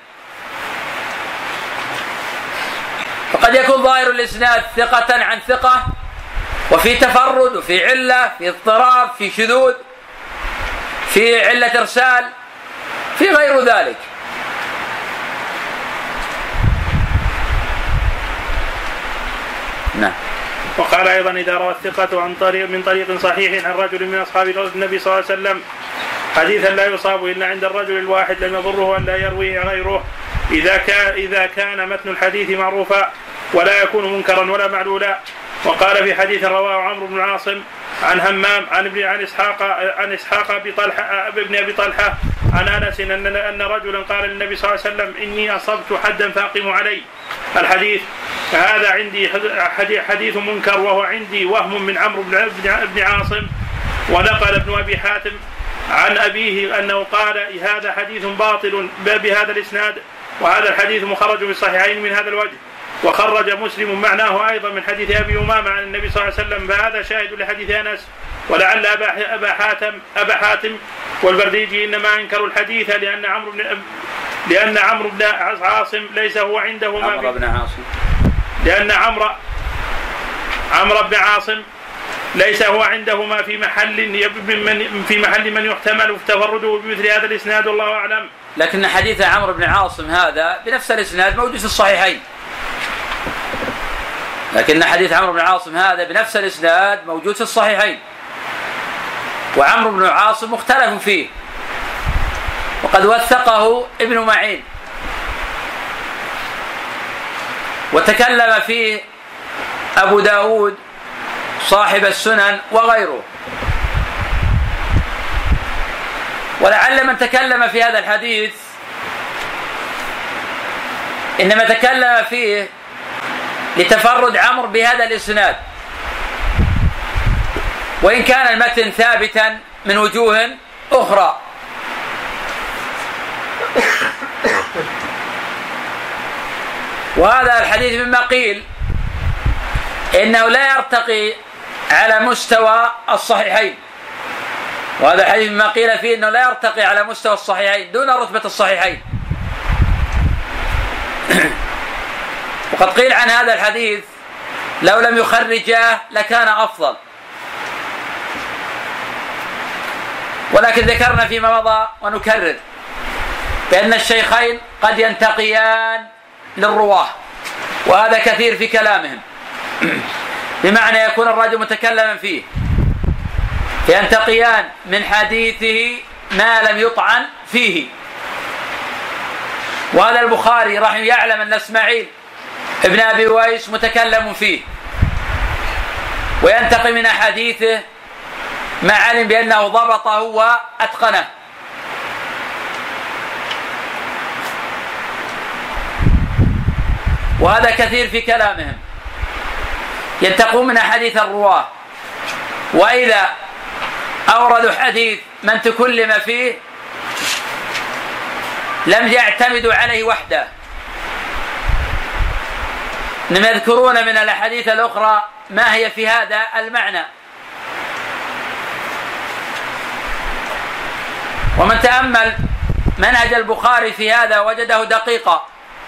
فقد يكون ظاهر الإسناد ثقة عن ثقة، وفي تفرد وفي علة، في اضطراب، في شذوذ، في علة إرسال، في غير ذلك. نعم. وقال أيضا: إذا روى الثقة من طريق صحيح عن رجل من أصحاب النبي صلى الله عليه وسلم حديثا لا يصاب إلا عند الرجل الواحد لم يضره أن لا يرويه غيره، إذا كان متن الحديث معروفا ولا يكون منكرا ولا معلولا. وقال في حديث رواه عمرو بن عاصم عن همام عن إسحاق بن أبي طلحة عن أنس أن رجلا قال للنبي صلى الله عليه وسلم: إني أصبت حدا فأقم علي الحديث. فهذا عندي حديث منكر، وهو عندي وهم من عمرو بن عاصم. ونقل ابن أبي حاتم عن أبيه أنه قال: هذا حديث باطل بهذا الإسناد، وهذا الحديث مخرج في الصحيحين من هذا الوجه. وخرج مسلم معناه أيضا من حديث أبي أمامة عن النبي صلى الله عليه وسلم، فهذا شاهد لحديث أنس. ولعل أبا حاتم والبرديجي إنما أنكروا الحديث لأن عمرو بن عاصم ليس هو عندهما، لأن عمرو بن عاصم ليس هو عندهما في محل من يحتمل تفرده بمثل هذا الإسناد، والله أعلم. لكن حديث عمرو بن عاصم هذا بنفس الإسناد موجود في الصحيحين. وعمرو بن عاصم مختلف فيه، وقد وثقه ابن معين وتكلم فيه أبو داود صاحب السنن وغيره. ولعل من تكلم في هذا الحديث إنما تكلم فيه لتفرد عمرو بهذا الإسناد، وإن كان المتن ثابتا من وجوه أخرى. وهذا الحديث مما قيل إنه لا يرتقي على مستوى الصحيحين، وهذا الحديث مما قيل فيه إنه لا يرتقي على مستوى الصحيحين دون رتبة الصحيحين. وقد قيل عن هذا الحديث لو لم يخرجاه لكان أفضل، ولكن ذكرنا فيما مضى ونكرر بأن الشيخين قد ينتقيان للرواه، وهذا كثير في كلامهم، بمعنى يكون الرجل متكلما فيه فينتقيان من حديثه ما لم يطعن فيه. وهذا البخاري رحمه يعلم أن إسماعيل ابن أبي ويس متكلم فيه، وينتقي من حديثه ما علم بأنه ضبطه وأتقنه. وهذا كثير في كلامهم، ينتقون من حديث الرواه، وإذا أوردوا حديث من تكلم فيه لم يعتمدوا عليه وحده، إنما يذكرون من الأحاديث الأخرى ما هي في هذا المعنى. ومن تأمل منهج البخاري في هذا وجده دقيقا،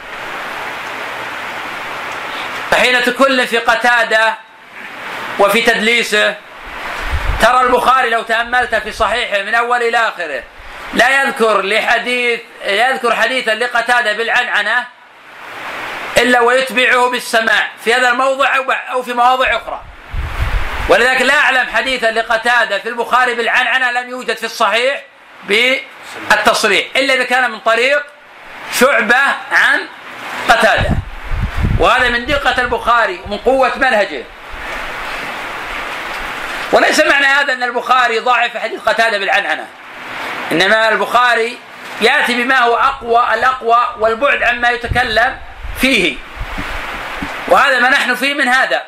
فحين تكلم في قتادة وفي تدليسه ترى البخاري لو تأملت في صحيحه من أول إلى آخره لا يذكر حديثا لقتادة بالعنعنة إلا ويتبعه بالسماع في هذا الموضع أو في مواضع أخرى. ولذلك لا أعلم حديثا لقتادة في البخاري بالعنعنة لم يوجد في الصحيح بالتصريح إلا إذا كان من طريق شعبة عن قتادة. وهذا من دقة البخاري ومن قوة منهجه. وليس معنى هذا أن البخاري ضاعف حديث قتادة بالعنعنة، إنما البخاري يأتي بما هو الأقوى والبعد عما يتكلم فيه، وهذا ما نحن فيه من هذا.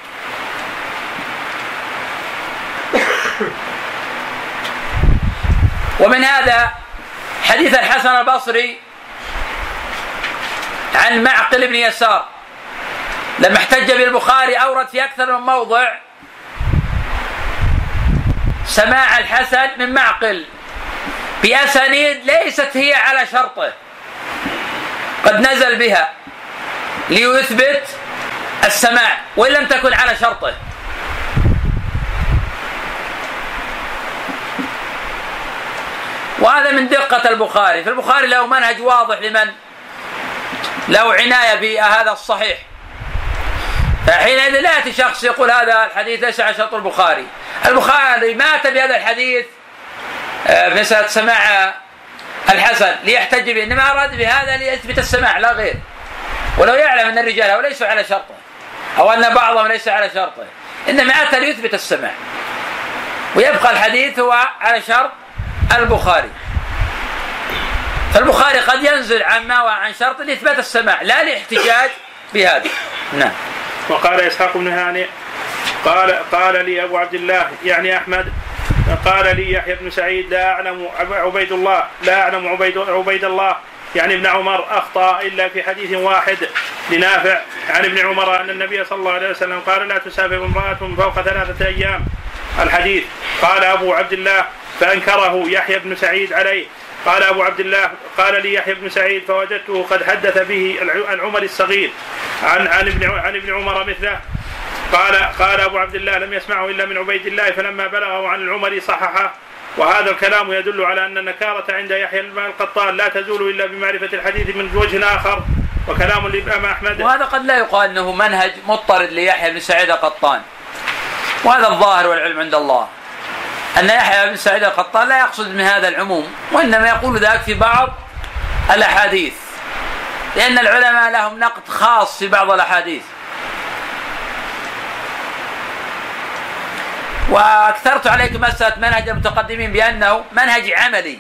ومن هذا حديث الحسن البصري عن معقل بن يسار لما احتج بالبخاري أورد في أكثر من موضع سماع الحسن من معقل بأسانيد ليست هي على شرطه، قد نزل بها ليثبت السماع وإن لم تكن على شرطه. وهذا من دقة البخاري، فالبخاري له منهج واضح لمن له عناية بهذا الصحيح. فحينئذ لا يأتي شخص يقول هذا الحديث ليس على شرط البخاري. البخاري ما أتى بهذا الحديث مسألة سماع الحسن ليحتج به، إنما أراد بهذا ليثبت السماع لا غير، ولو يعلم أن الرجال ليسوا على شرطه أو أن بعضهم ليس على شرطه، إنما أتى ليثبت السماع، ويبقى الحديث هو على شرط البخاري. فالبخاري قد ينزل عما وعن شرط لإثبات السماع لا لاحتجاج بهذا. نعم. وقال إسحاق بن هانئ قال لي أبو عبد الله يعني أحمد قال لي يحيى بن سعيد لا أعلم عبيد الله يعني ابن عمر أخطأ إلا في حديث واحد لنافع عن ابن عمر أن النبي صلى الله عليه وسلم قال لا تسافر امرأة فوق 3 أيام الحديث. قال أبو عبد الله فأنكره يحيى بن سعيد عليه. قال أبو عبد الله قال لي يحيى بن سعيد فوجدته قد حدث به عن عمر الصغير عن ابن عمر مثله. قال أبو عبد الله لم يسمعه إلا من عبيد الله فلما بلغه عن العمري صححه. وهذا الكلام يدل على أن النكارة عند يحيى القطان لا تزول إلا بمعرفة الحديث من وجه آخر. وكلام الإمام أحمد. وهذا قد لا يقال أنه منهج مضطرد ليحيى بن سعيد القطان، وهذا الظاهر والعلم عند الله أن يحيى بن سعيد القطان لا يقصد من هذا العموم، وإنما يقول ذلك في بعض الأحاديث، لأن العلماء لهم نقد خاص في بعض الأحاديث. وأكثرت عليكم مسألة منهج المتقدمين بأنه منهج عملي،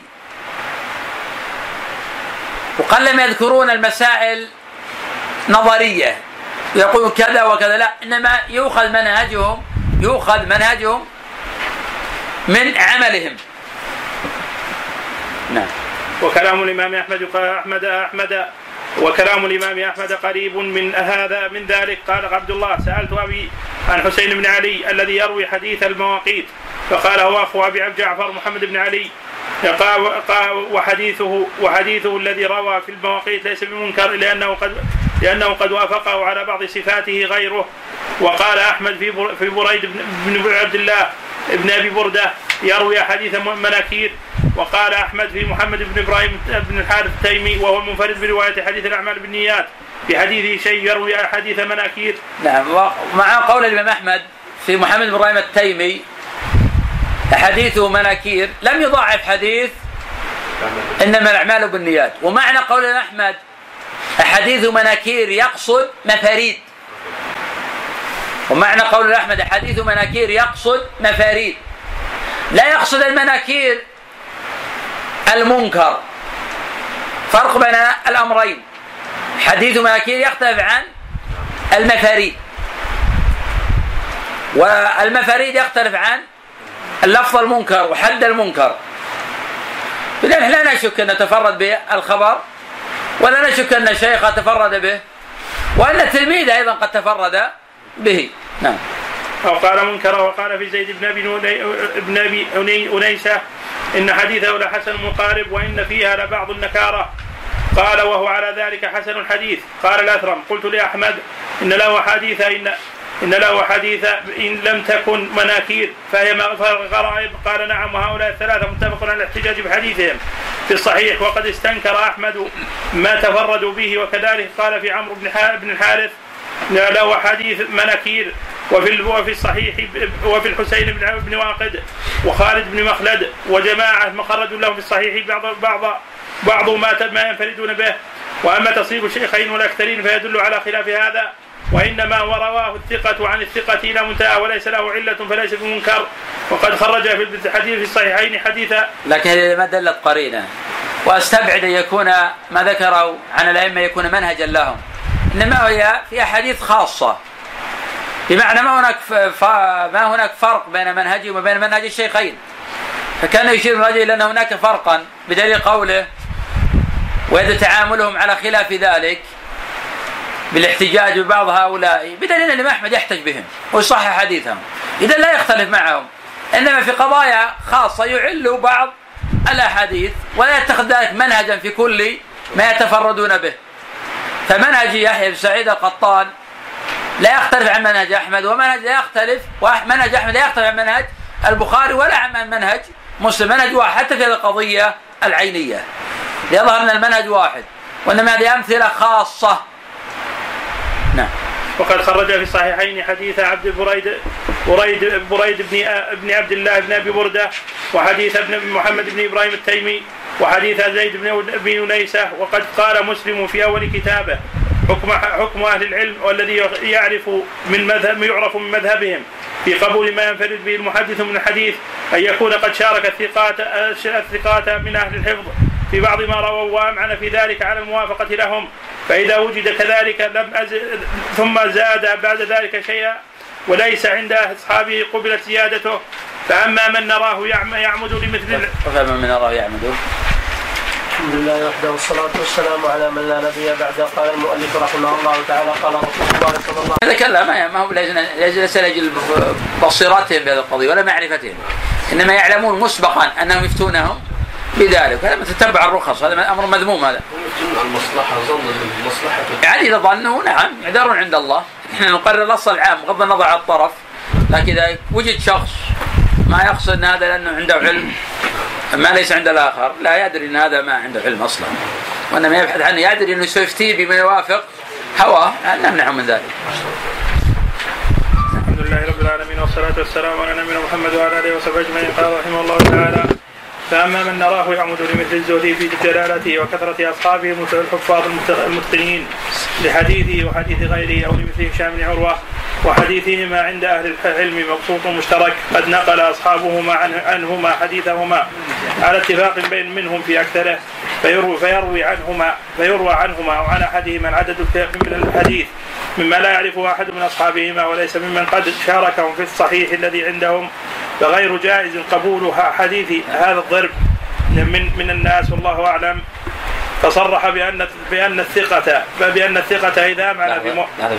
وقلما يذكرون المسائل نظرية يقولون كذا وكذا، لا، إنما يؤخذ منهجهم من عملهم. نعم. وكلام الإمام أحمد قريب من هذا من ذلك. قال عبد الله سألت أبي عن حسين بن علي الذي يروي حديث المواقيت، فقال هو أخو أبي جعفر محمد بن علي، وحديثه الذي روى في المواقيت ليس بمنكر لأنه قد وافقه على بعض صفاته غيره. وقال أحمد في بريد بن عبد الله ابن أبي بردة يروي حديث مناكير. وقال أحمد في محمد بن إبراهيم بن الحارث التيمي وهو المنفرد برواية حديث الأعمال بالنيات، في حديثه شيء يروي حديث مناكير. نعم. ومع قول الإمام أحمد في محمد بن إبراهيم التيمي حديثه مناكير لم يضاعف حديث إنما الأعمال بالنيات. ومعنى قول الإمام أحمد حديث مناكير يقصد مفاريد، ومعنى قول أحمد حديث مناكير يقصد مفاريد، لا يقصد المناكير المنكر. فرق بين الأمرين، حديث مناكير يختلف عن المفاريد، والمفاريد يختلف عن اللفظ المنكر وحد المنكر. لأن لا نشك أن تفرد بالخبر، ولا نشك أن الشيخ تفرد به، وأن التلميذ أيضا قد تفرد به. نعم. أو قال منكر. وقال في زيد بن أبي أنيسة إن حديثه لحسن مقارب وإن فيها لبعض النكارة. قال وهو على ذلك حسن الحديث. قال الأثرم قلت لأحمد إن له حديث إن لم تكن مناكير فهي غرائب. قال نعم. وهؤلاء الثلاثة متفق على الاحتجاج بحديثهم في الصحيح، وقد استنكر أحمد ما تفردوا به. وكذلك قال في عمرو بن الحارث له حديث مناكير. وفي الصحيح وفي الحسين بن واقد وخالد بن مخلد وجماعة مخرج له في الصحيح بعض ما ينفردون به. وأما تصيب الشيخين والأكثرين فيدل على خلاف هذا، وإنما ورواه الثقة عن الثقة إلى منتهى وليس له علة فليس بمنكر. وقد خرج في الحديث في الصحيحين حديثا. لكن هذه ما دلت قرينة، وأستبعد أن يكون ما ذكروا عن الأئمة يكون منهجا لهم، إنما هي في أحاديث خاصة، بمعنى ما هناك فرق بين منهجه وبين منهج الشيخين. فكان يشير الرجل إلى أن هناك فرقا بدليل قوله وإذا تعاملهم على خلاف ذلك بالاحتجاج ببعض هؤلاء، بدليل أن أحمد يحتج بهم ويصحح حديثهم، إذا لا يختلف معهم. إنما في قضايا خاصة يعل بعض الأحاديث ولا يتخذ ذلك منهجا في كل ما يتفردون به. فمنهج يحيى بن سعيد القطان لا يختلف عن منهج أحمد، ومنهج أحمد لا يختلف عن منهج البخاري ولا عن منهج مسلم. منهج واحد حتى في هذه القضية العينية، ليظهر أن المنهج واحد، وإنما هذه أمثلة خاصة. نعم. وقد خرج في الصحيحين حديث عبد بريد بن عبد الله بن أبي بردة، وحديث ابن محمد بن إبراهيم التيمي، وحديث زيد بن أنيسة. وقد قال مسلم في أول كتابه حكم أهل العلم والذي يعرف من مذهبهم في قبول ما ينفرد به المحدث من الحديث أن يكون قد شارك الثقات من أهل الحفظ في بعض ما رووا وأمعن في ذلك على الموافقة لهم. فإذا وجد كذلك ثم زاد بعد ذلك شيئا وليس عند أصحابه قبلت زيادته. فأما من نراه يعمد لمثل من نراه يعمد. الحمد لله وحده والصلاة والسلام على من لا نبي بعد. قال المؤلف رحمه الله تعالى قال رسول الله صلى الله عليه وسلم. هذا ما هو ليس لأجل بصيرتهم بهذه القضية ولا معرفتهم، إنما يعلمون مسبقا أنهم يفتونهم بذلك. هذا تتبع الرخص، هذا أمر مذموم. هذا المصلحة ظن المصلحة يعني إذا ظنه نعم يعذرون عند الله. نحن نقرر الأصل العام بغض النظر عن الطرف، لكن إذا وجد شخص ما يقصد أن هذا لأنه عنده علم ما ليس عند الآخر، لا يدري أن هذا ما عنده علم أصلا، وإنما يبحث عنه، يدري أنه سيفتي بما يوافق هواه، نمنعه من ذلك. الحمد لله رب العالمين والصلاة والسلام على نبينا محمد وعلى آله وصحبه أجمعين. قال رحمه الله تعالى: فأما من نراه يعمد لمثل الزهد في جلالته وكثرة أصحابه الحفاظ المتقنين لحديثه وحديث غيره، أو لمثل هشام بن عروة وحديثهما عند أهل العلم مبسوط مشترك، قد نقل أصحابهما عنهما حديثهما على اتفاق بين منهم في أكثره، فيروى عنهما وعن أحدهما العدد من الحديث مما لا يعرفه أحد من أصحابهما وليس ممن قد شاركهم في الصحيح الذي عندهم، فغير جائز قبول حديث هذا الضرب من الناس والله أعلم. فصرح بأن الثقة إذا معنى في هذا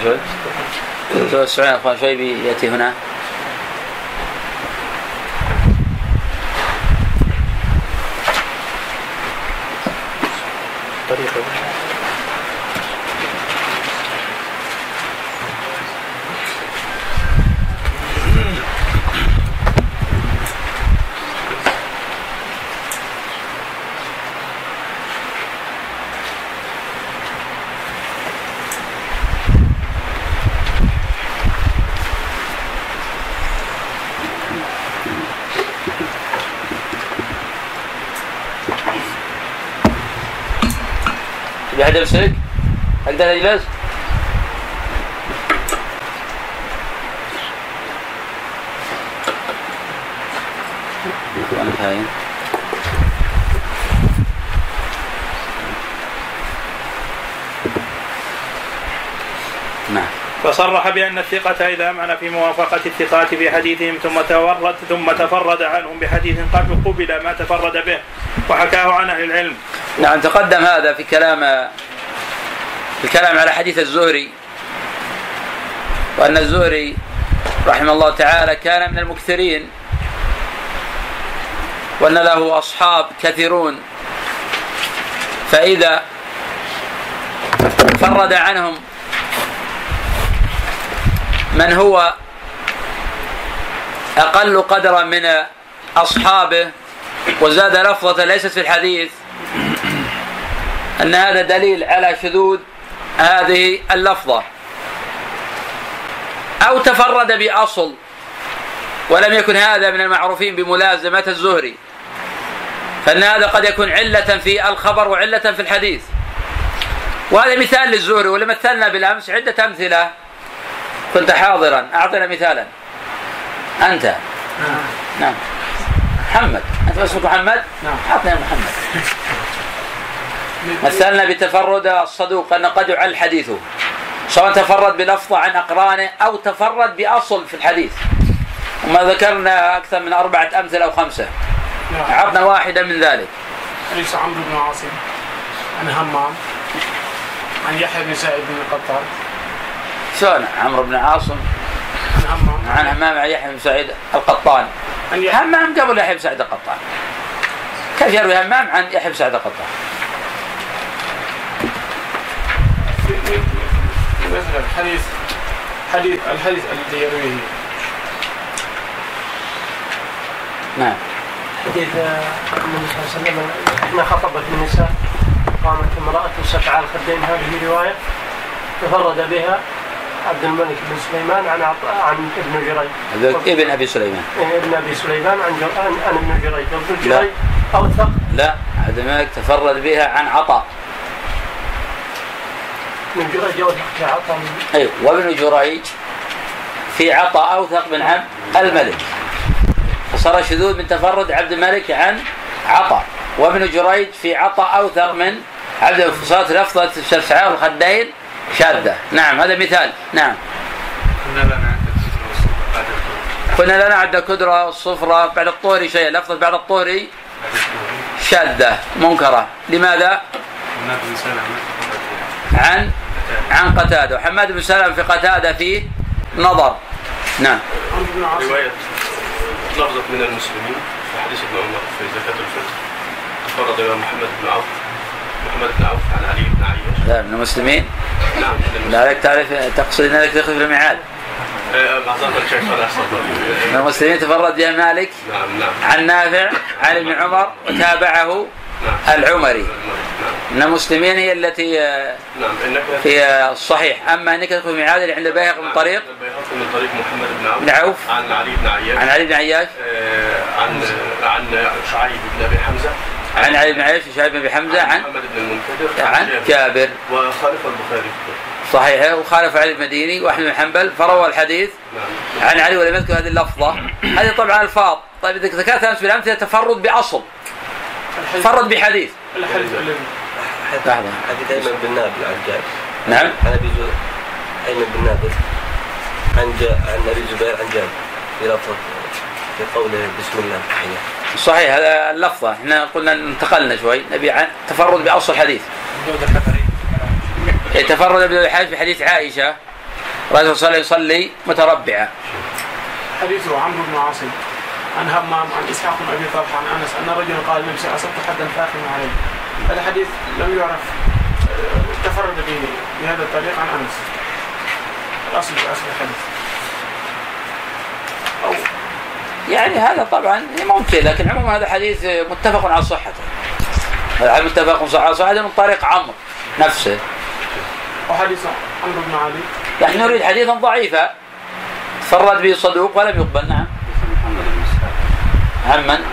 شوي بيأتي هنا. طريقة بهذا السلك أقدر أجلس؟ فصرح بأن الثقة إذا معنى في موافقة الثقات في حديثهم ثم تفرد عنهم بحديث قبل ما تفرد به وحكاه عن أهل العلم. نعم، تقدم هذا في الكلام على حديث الزهري، وأن الزهري رحمه الله تعالى كان من المكثرين، وأن له أصحاب كثيرون، فإذا فرد عنهم من هو أقل قدرا من أصحابه وزاد لفظة ليست في الحديث، أن هذا دليل على شذوذ هذه اللفظة، أو تفرد بأصل ولم يكن هذا من المعروفين بملازمة الزهري، فإن هذا قد يكون علة في الخبر وعلة في الحديث. وهذا مثال للزهري، ولما مثلنا بالأمس عدة أمثلة كنت حاضرا. أعطنا مثالا أنت. نعم محمد، أنت اسمك محمد؟ نعم. أعطنا محمد. مثلنا بتفرد الصدوق أنه قد يعل حديثه، سواء تفرد بلفظة عن أقرانه أو تفرد بأصل في الحديث، وما ذكرنا أكثر من 4 أمثلة أو 5. أعطنا واحدة من ذلك. حديث عمرو بن عاصم عن همام عن يحيى بن سعيد بن القطان. شلون عمرو بن عاصم عن همام عن يحيى بن سعيد القطان؟ همام قبل يحيى بن سعيد القطان، كيف يروي همام عن يحيى بن سعيد القطان؟ مثلا الحديث الذي يرويه. نعم. حديث النبي صلى الله عليه وسلم احنا خطبت النساء قامت امرأة سفع الخدين، هذه رواية تفرد بها عبد الملك بن سليمان عن ابن جريج. ابن أبي سليمان. ابن أبي سليمان عن ابن جريج. ابن جريج أوثق. لا، عبد الملك تفرد بها عن عطاء. ابن جريج أوثق في عطاء. أيوة، وابن جريج في عطاء أوثق من عبد الملك، فصار شذوذ من تفرد عبد الملك عن عطاء، وابن جريج في عطاء أوثق من عبد، صارت لفظة سفعاء الخدين شاذة. نعم، هذا مثال. نعم. كنا لنا عند الكدرة والصفرة بعد الطهر شيء، لفظة بعد الطهر شاذة منكرة. لماذا؟ عن قتادة، وحماد بن سلمة في قتادة في نظر. نعم. رواية لفظة من المسلمين في حديث ابن عمر في زكاة الفطر تفرد الإمام محمد بن عوف عن علي بن عياش. لا من المسلمين؟ نعم. لا لك تعرف تقصد أنك تخلف الميعاد. معذرة الشيخ صالح من المسلمين تفرد بها مالك. نعم. عن نافع عن ابن عمر وتابعه العمري. من المسلمين هي التي في الصحيح. أما أنك تدخل الميعاد اللي عند البيهقي من طريق محمد بن عوف عن علي بن عياش عن شعيب بن أبي حمزة عن علي بن عياش وشعيب بن أبي حمزة عن محمد بن المنكدر عن جابر وخالف البخاري صحيح وخالف علي المديني وأحمد بن حنبل فروى الحديث عن علي ولم يذكر هذه اللفظة. هذه طبعا ألفاظ. طيب إذا ذكرت أمس بالأمثلة تفرد بأصل تفرد بحديث. حديث أيمن بن نابل عن جابر. نعم. عن أبي أيمن بن نابل عن أبي زبير عن جابر في لفظ في قوله بسم الله التحية. صحيح هذا اللفظة. احنا قلنا انتقلنا شوي نبي عن تفرد بأصل الحديث. تفرد ابن الحارث بحديث عائشة رجل صلى يصلي متربعا. حديثه عمرو بن عاصم عن همام عن إسحاق بن أبي طلحة عن أنس أن رجلا قال لنفسه أصبت حدا فاخما عليه. هذا حديث لم يعرف تفرد به بهذا الطريق عن أنس. الأصل الحديث أو يعني هذا طبعا ممكن لكن عموما هذا حديث متفق على صحته. هذا متفق على صحته من طريق عمرو نفسه. وحديث عمرو بن علي نحن نريد حديثا ضعيفا تفرد به صدوق ولم يقبل. نعم. عن من؟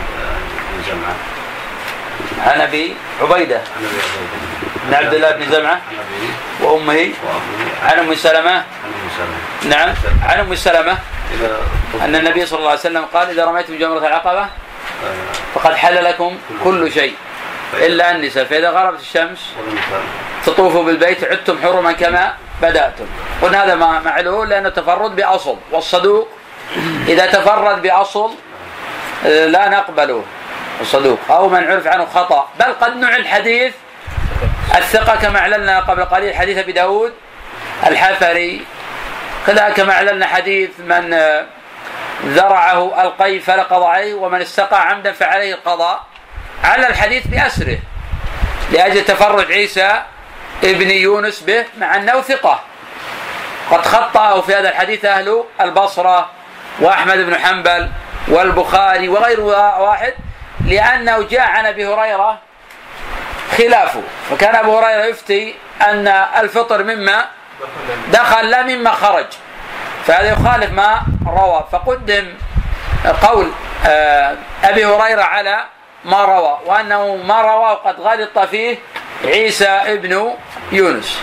عن أبي عبيدة بن عبد الله بن زمعة وأمه عن أم سلمة. نعم عن أم سلمة أن النبي صلى الله عليه وسلم قال إذا رميتم جمرة العقبة فقد حل لكم كل شيء إلا النساء فإذا غربت الشمس تطوفوا بالبيت عدتم حرما كما بدأتم. قلنا هذا معلول لأنه تفرد بأصل والصدوق إذا تفرد بأصل لا نقبله الصدوق أو من عرف عنه خطأ بل قد نعل حديث الثقة كما أعلنا قبل قليل حديث أبي داود الحفري كذا كما أعلنا حديث من ذرعه القي فلقضى عليه ومن استقى عمدا فعليه القضاء على الحديث بأسره لأجل تفرد عيسى ابن يونس به مع أنه ثقة. قد خطأه في هذا الحديث أهل البصرة وأحمد بن حنبل والبخاري وغير واحد لأنه جاء عن أبي هريرة خلافه فكان أبو هريرة يفتي أن الفطر مما دخل لا مما خرج فهذا يخالف ما روى فقدم قول أبي هريرة على ما روى وأنه ما روى قد غلط فيه عيسى ابن يونس.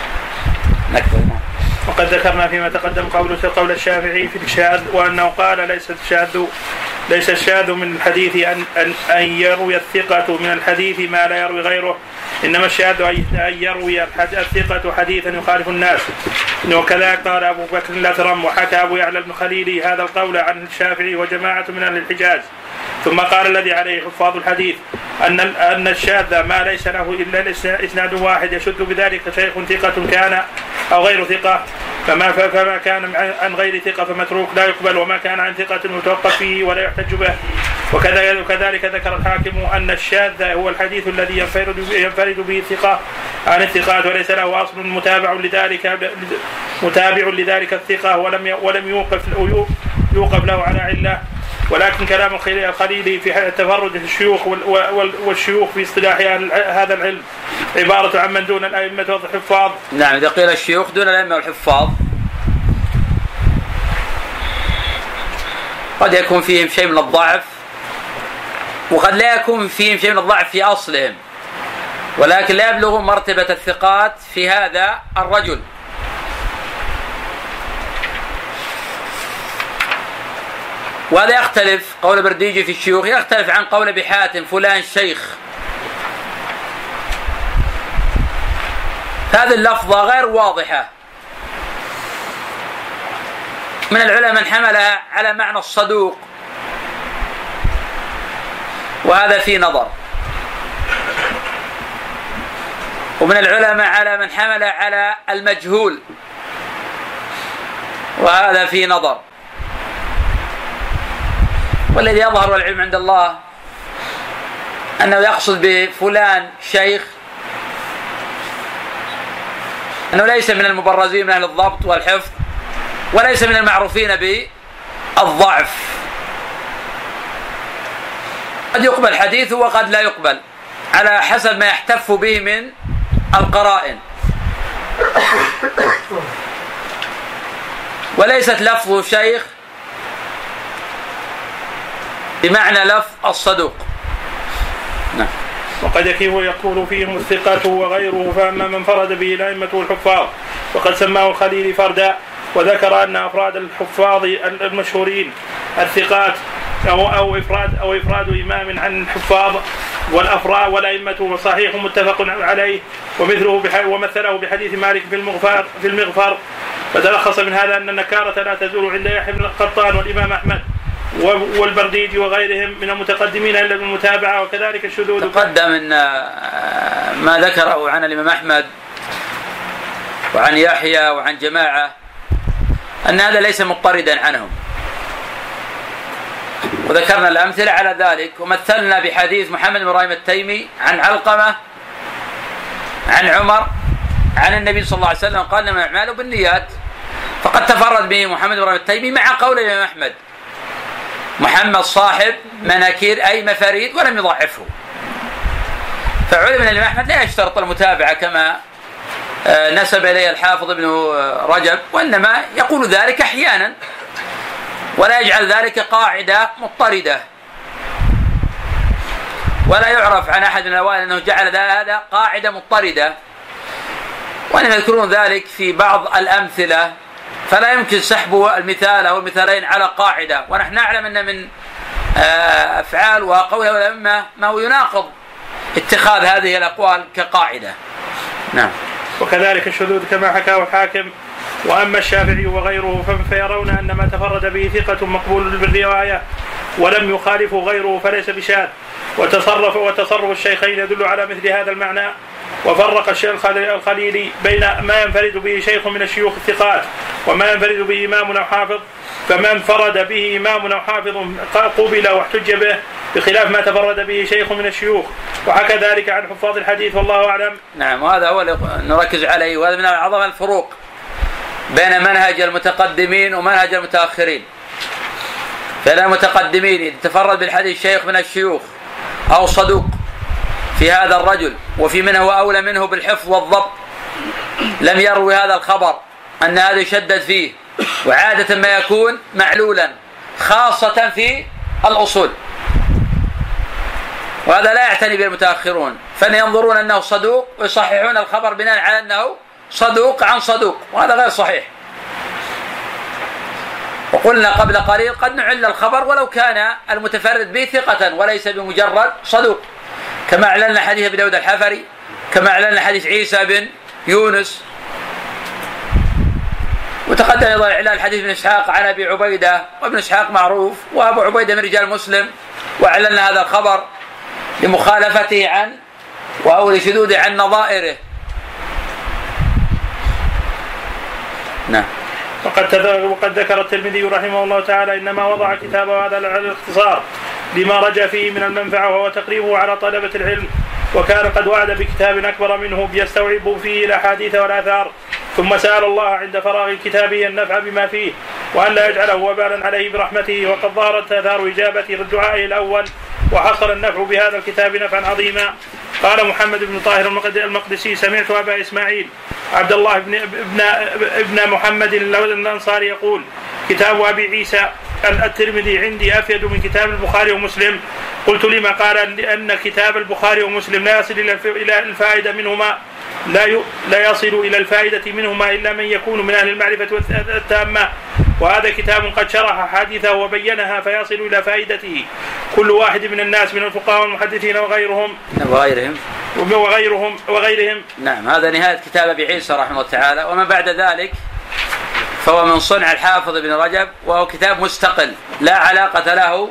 وقد ذكرنا فيما تقدم قول الشافعي في الشاذ وأنه قال ليس الشاذ من الحديث أن يروي الثقة من الحديث ما لا يروي غيره إنما الشاذ أن يروي الثقة حديثا يخالف الناس. وكذلك قال أبو بكر الأثرم وحكى أبو يعلى بن خليلي هذا القول عن الشافعي وجماعة من أهل الحجاز. ثم قال الذي عليه حفاظ الحديث أن الشاذ ما ليس له إلا إسناد واحد يشد بذلك شيخ ثقة كان أو غير ثقة فما كان عن غير ثقة فمتروك لا يقبل وما كان عن ثقة متوقف فيه ولا يحتج به. وكذلك ذكر الحاكم أن الشاذ هو الحديث الذي ينفرد به الثقة عن الثقات وليس له أصل متابع لذلك الثقة ولم يوقف له على علة. ولكن كلام الخليلي في تفرد الشيوخ والشيوخ في اصطلاح هذا العلم عبارة عن من دون الأئمة والحفاظ. نعم إذا قيل الشيوخ دون الأئمة والحفاظ قد يكون فيهم شيء من الضعف وقد لا يكون فيهم شيء من الضعف في أصلهم ولكن لا يبلغ مرتبة الثقات في هذا الرجل. وهذا يختلف قول برديجي في الشيوخ يختلف عن قول أبي حاتم فلان شيخ. هذه اللفظة غير واضحة من العلماء من حملها على معنى الصدوق وهذا في نظر ومن العلماء على من حمل على المجهول وهذا في نظر. والذي يظهر العلم عند الله أنه يقصد بفلان شيخ أنه ليس من المبرزين من أهل الضبط والحفظ وليس من المعروفين بالضعف. قد يقبل حديثه وقد لا يقبل على حسب ما يحتف به من القرائن. وليست لفظ شيخ بمعنى لفظ الصدوق. نعم. وقد يقول فيهم الثقة وغيره، فأما من فرد به الأئمة الحفاظ وقد سماه الخليل فردا، وذكر أن أفراد الحفاظ المشهورين الثقات أو إفراد إمام عن الحفاظ والأفراد والأئمة صحيح متفق عليه، ومثله بحديث مالك في المغفر. فتلخص من هذا أن النكارة لا تزول عند يحيى بن القطان والإمام أحمد والبرديجي وغيرهم من المتقدمين إلا بالمتابعة، وكذلك الشذوذ. تقدم أن ما ذكره عن الإمام أحمد وعن يحيى وعن جماعة أن هذا ليس مضطردا عنهم، وذكرنا الأمثلة على ذلك، ومثلنا بحديث محمد بن إبراهيم التيمي عن علقمة عن عمر عن النبي صلى الله عليه وسلم قال إنما الأعمال بالنيات، فقد تفرد به محمد بن إبراهيم التيمي مع قول الإمام أحمد محمد صاحب مناكير أي مفاريد ولم يضعفه. فعلم أن الإمام أحمد لا يشترط المتابعة كما نسب إليه الحافظ ابن رجب، وإنما يقول ذلك أحيانا ولا يجعل ذلك قاعدة مضطردة، ولا يعرف عن أحد من الأوائل أنه جعل هذا قاعدة مضطردة، وإنما يذكرون ذلك في بعض الأمثلة، فلا يمكن سحب المثال أو المثالين على قاعدة. ونحن نعلم أن من أفعال وقول الأئمة ما هو يناقض اتخاذ هذه الأقوال كقاعدة. نعم. وكذلك الشذوذ كما حكاه الحاكم. وأما الشافعي وغيره فيرون أن ما تفرد به ثقة مقبول بالرواية ولم يخالف غيره فليس بشاذ، وتصرف الشيخين يدل على مثل هذا المعنى. وفرق الشيخ الخليلي بين ما ينفرد به شيخ من الشيوخ الثقات وما ينفرد به إمام أو حافظ، فمن فرد به إمام أو حافظ قبل واحتج به، بخلاف ما تفرد به شيخ من الشيوخ، وحكى ذلك عن حفاظ الحديث والله أعلم. نعم، وهذا هو اللي نركز عليه، وهذا من أعظم الفروق بين منهج المتقدمين ومنهج المتأخرين. فإن المتقدمين إذا تفرد بالحديث شيخ من الشيوخ أو صدوق في هذا الرجل وفي من هو أولى منه بالحفظ والضبط لم يروي هذا الخبر أن هذا يشدد فيه، وعادة ما يكون معلولا خاصة في الأصول، وهذا لا يعتني به المتأخرون، فينظرون أنه صدوق ويصححون الخبر بناء على أنه صدوق عن صدوق، وهذا غير صحيح. وقلنا قبل قليل قد نعل الخبر ولو كان المتفرد به ثقة وليس بمجرد صدوق، كما أعلن حديث ابن داود الحفري، كما أعلن حديث عيسى بن يونس، وتقدم أيضا إعلان حديث ابن إسحاق عن أبي عبيدة، وابن إسحاق معروف وأبو عبيدة من رجال مسلم، وأعلن هذا الخبر لمخالفته عن أو لشذوذ عن نظائره. نعم. وقد ذكر الترمذي رحمه الله تعالى إنما وضع كتابه هذا على الاختصار لما رجى فيه من المنفعة وهو تقريبه على طلبة العلم، وكان قد وعد بكتاب أكبر منه بيستوعب فيه الأحاديث والآثار، ثم سأل الله عند فراغ كتابه النفع بما فيه وأن لا يجعله وبالا عليه برحمته. وقد ظهرت آثار إجابة الدعاء الأول وحصل النفع بهذا الكتاب نفعا عظيما. قال محمد بن طاهر المقدسي: سمعت أبا إسماعيل عبد الله ابن محمد الأنصاري يقول: كتاب أبي عيسى الترمذي عندي أفيد من كتاب البخاري ومسلم. قلت: لما؟ قال: لأن كتاب البخاري ومسلم لا يصل إلى الفائدة منهما لا يصل إلى الفائدة منهما إلا من يكون من أهل المعرفة التامة، وهذا كتاب قد شرح حادثه وبينها فيصل إلى فائدته كل واحد من الناس من الفقهاء والمحدثين وغيرهم. نعم، هذا نهاية كتاب أبي عيسى رحمه الله تعالى. وما بعد ذلك فهو من صنع الحافظ ابن رجب، وهو كتاب مستقل لا علاقة له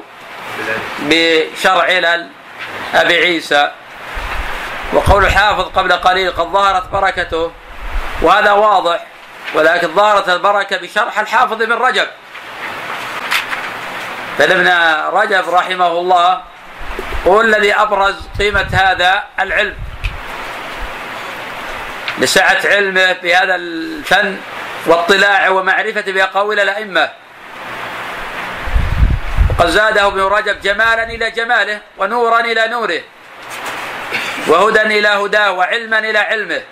بشرع أبي عيسى. وقول الحافظ قبل قليل: قد ظهرت بركته، وهذا واضح، ولكن ظهرت البركة بشرح الحافظ ابن رجب. فابن رجب رحمه الله هو الذي أبرز قيمة هذا العلم لسعة علمه بهذا الفن واطلاعه ومعرفته بأقاويل الأئمة، وقد زاده ابن رجب جمالا إلى جماله ونورا إلى نوره وهدى إلى هداه وعلما إلى علمه.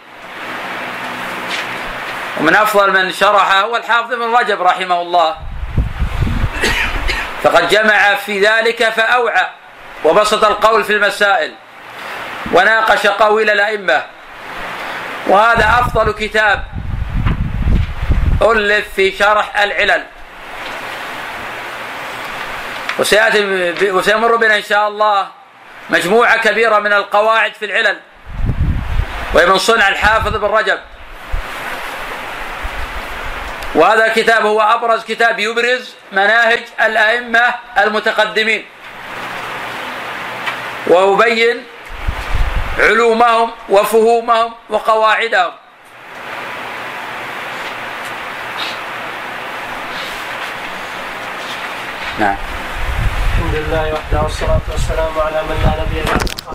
ومن أفضل من شرحه هو الحافظ ابن رجب رحمه الله، فقد جمع في ذلك فأوعى وبسط القول في المسائل وناقش قاويل الأئمة، وهذا أفضل كتاب ألف في شرح العلل. وسيمر بنا إن شاء الله مجموعة كبيرة من القواعد في العلل، وهي من صنع الحافظ ابن رجب، وهذا الكتاب هو أبرز كتاب يبرز مناهج الأئمة المتقدمين ويبين علومهم وفهومهم وقواعدهم. نعم. الحمد لله وحده والصلاة والسلام على من لا نبي بعده.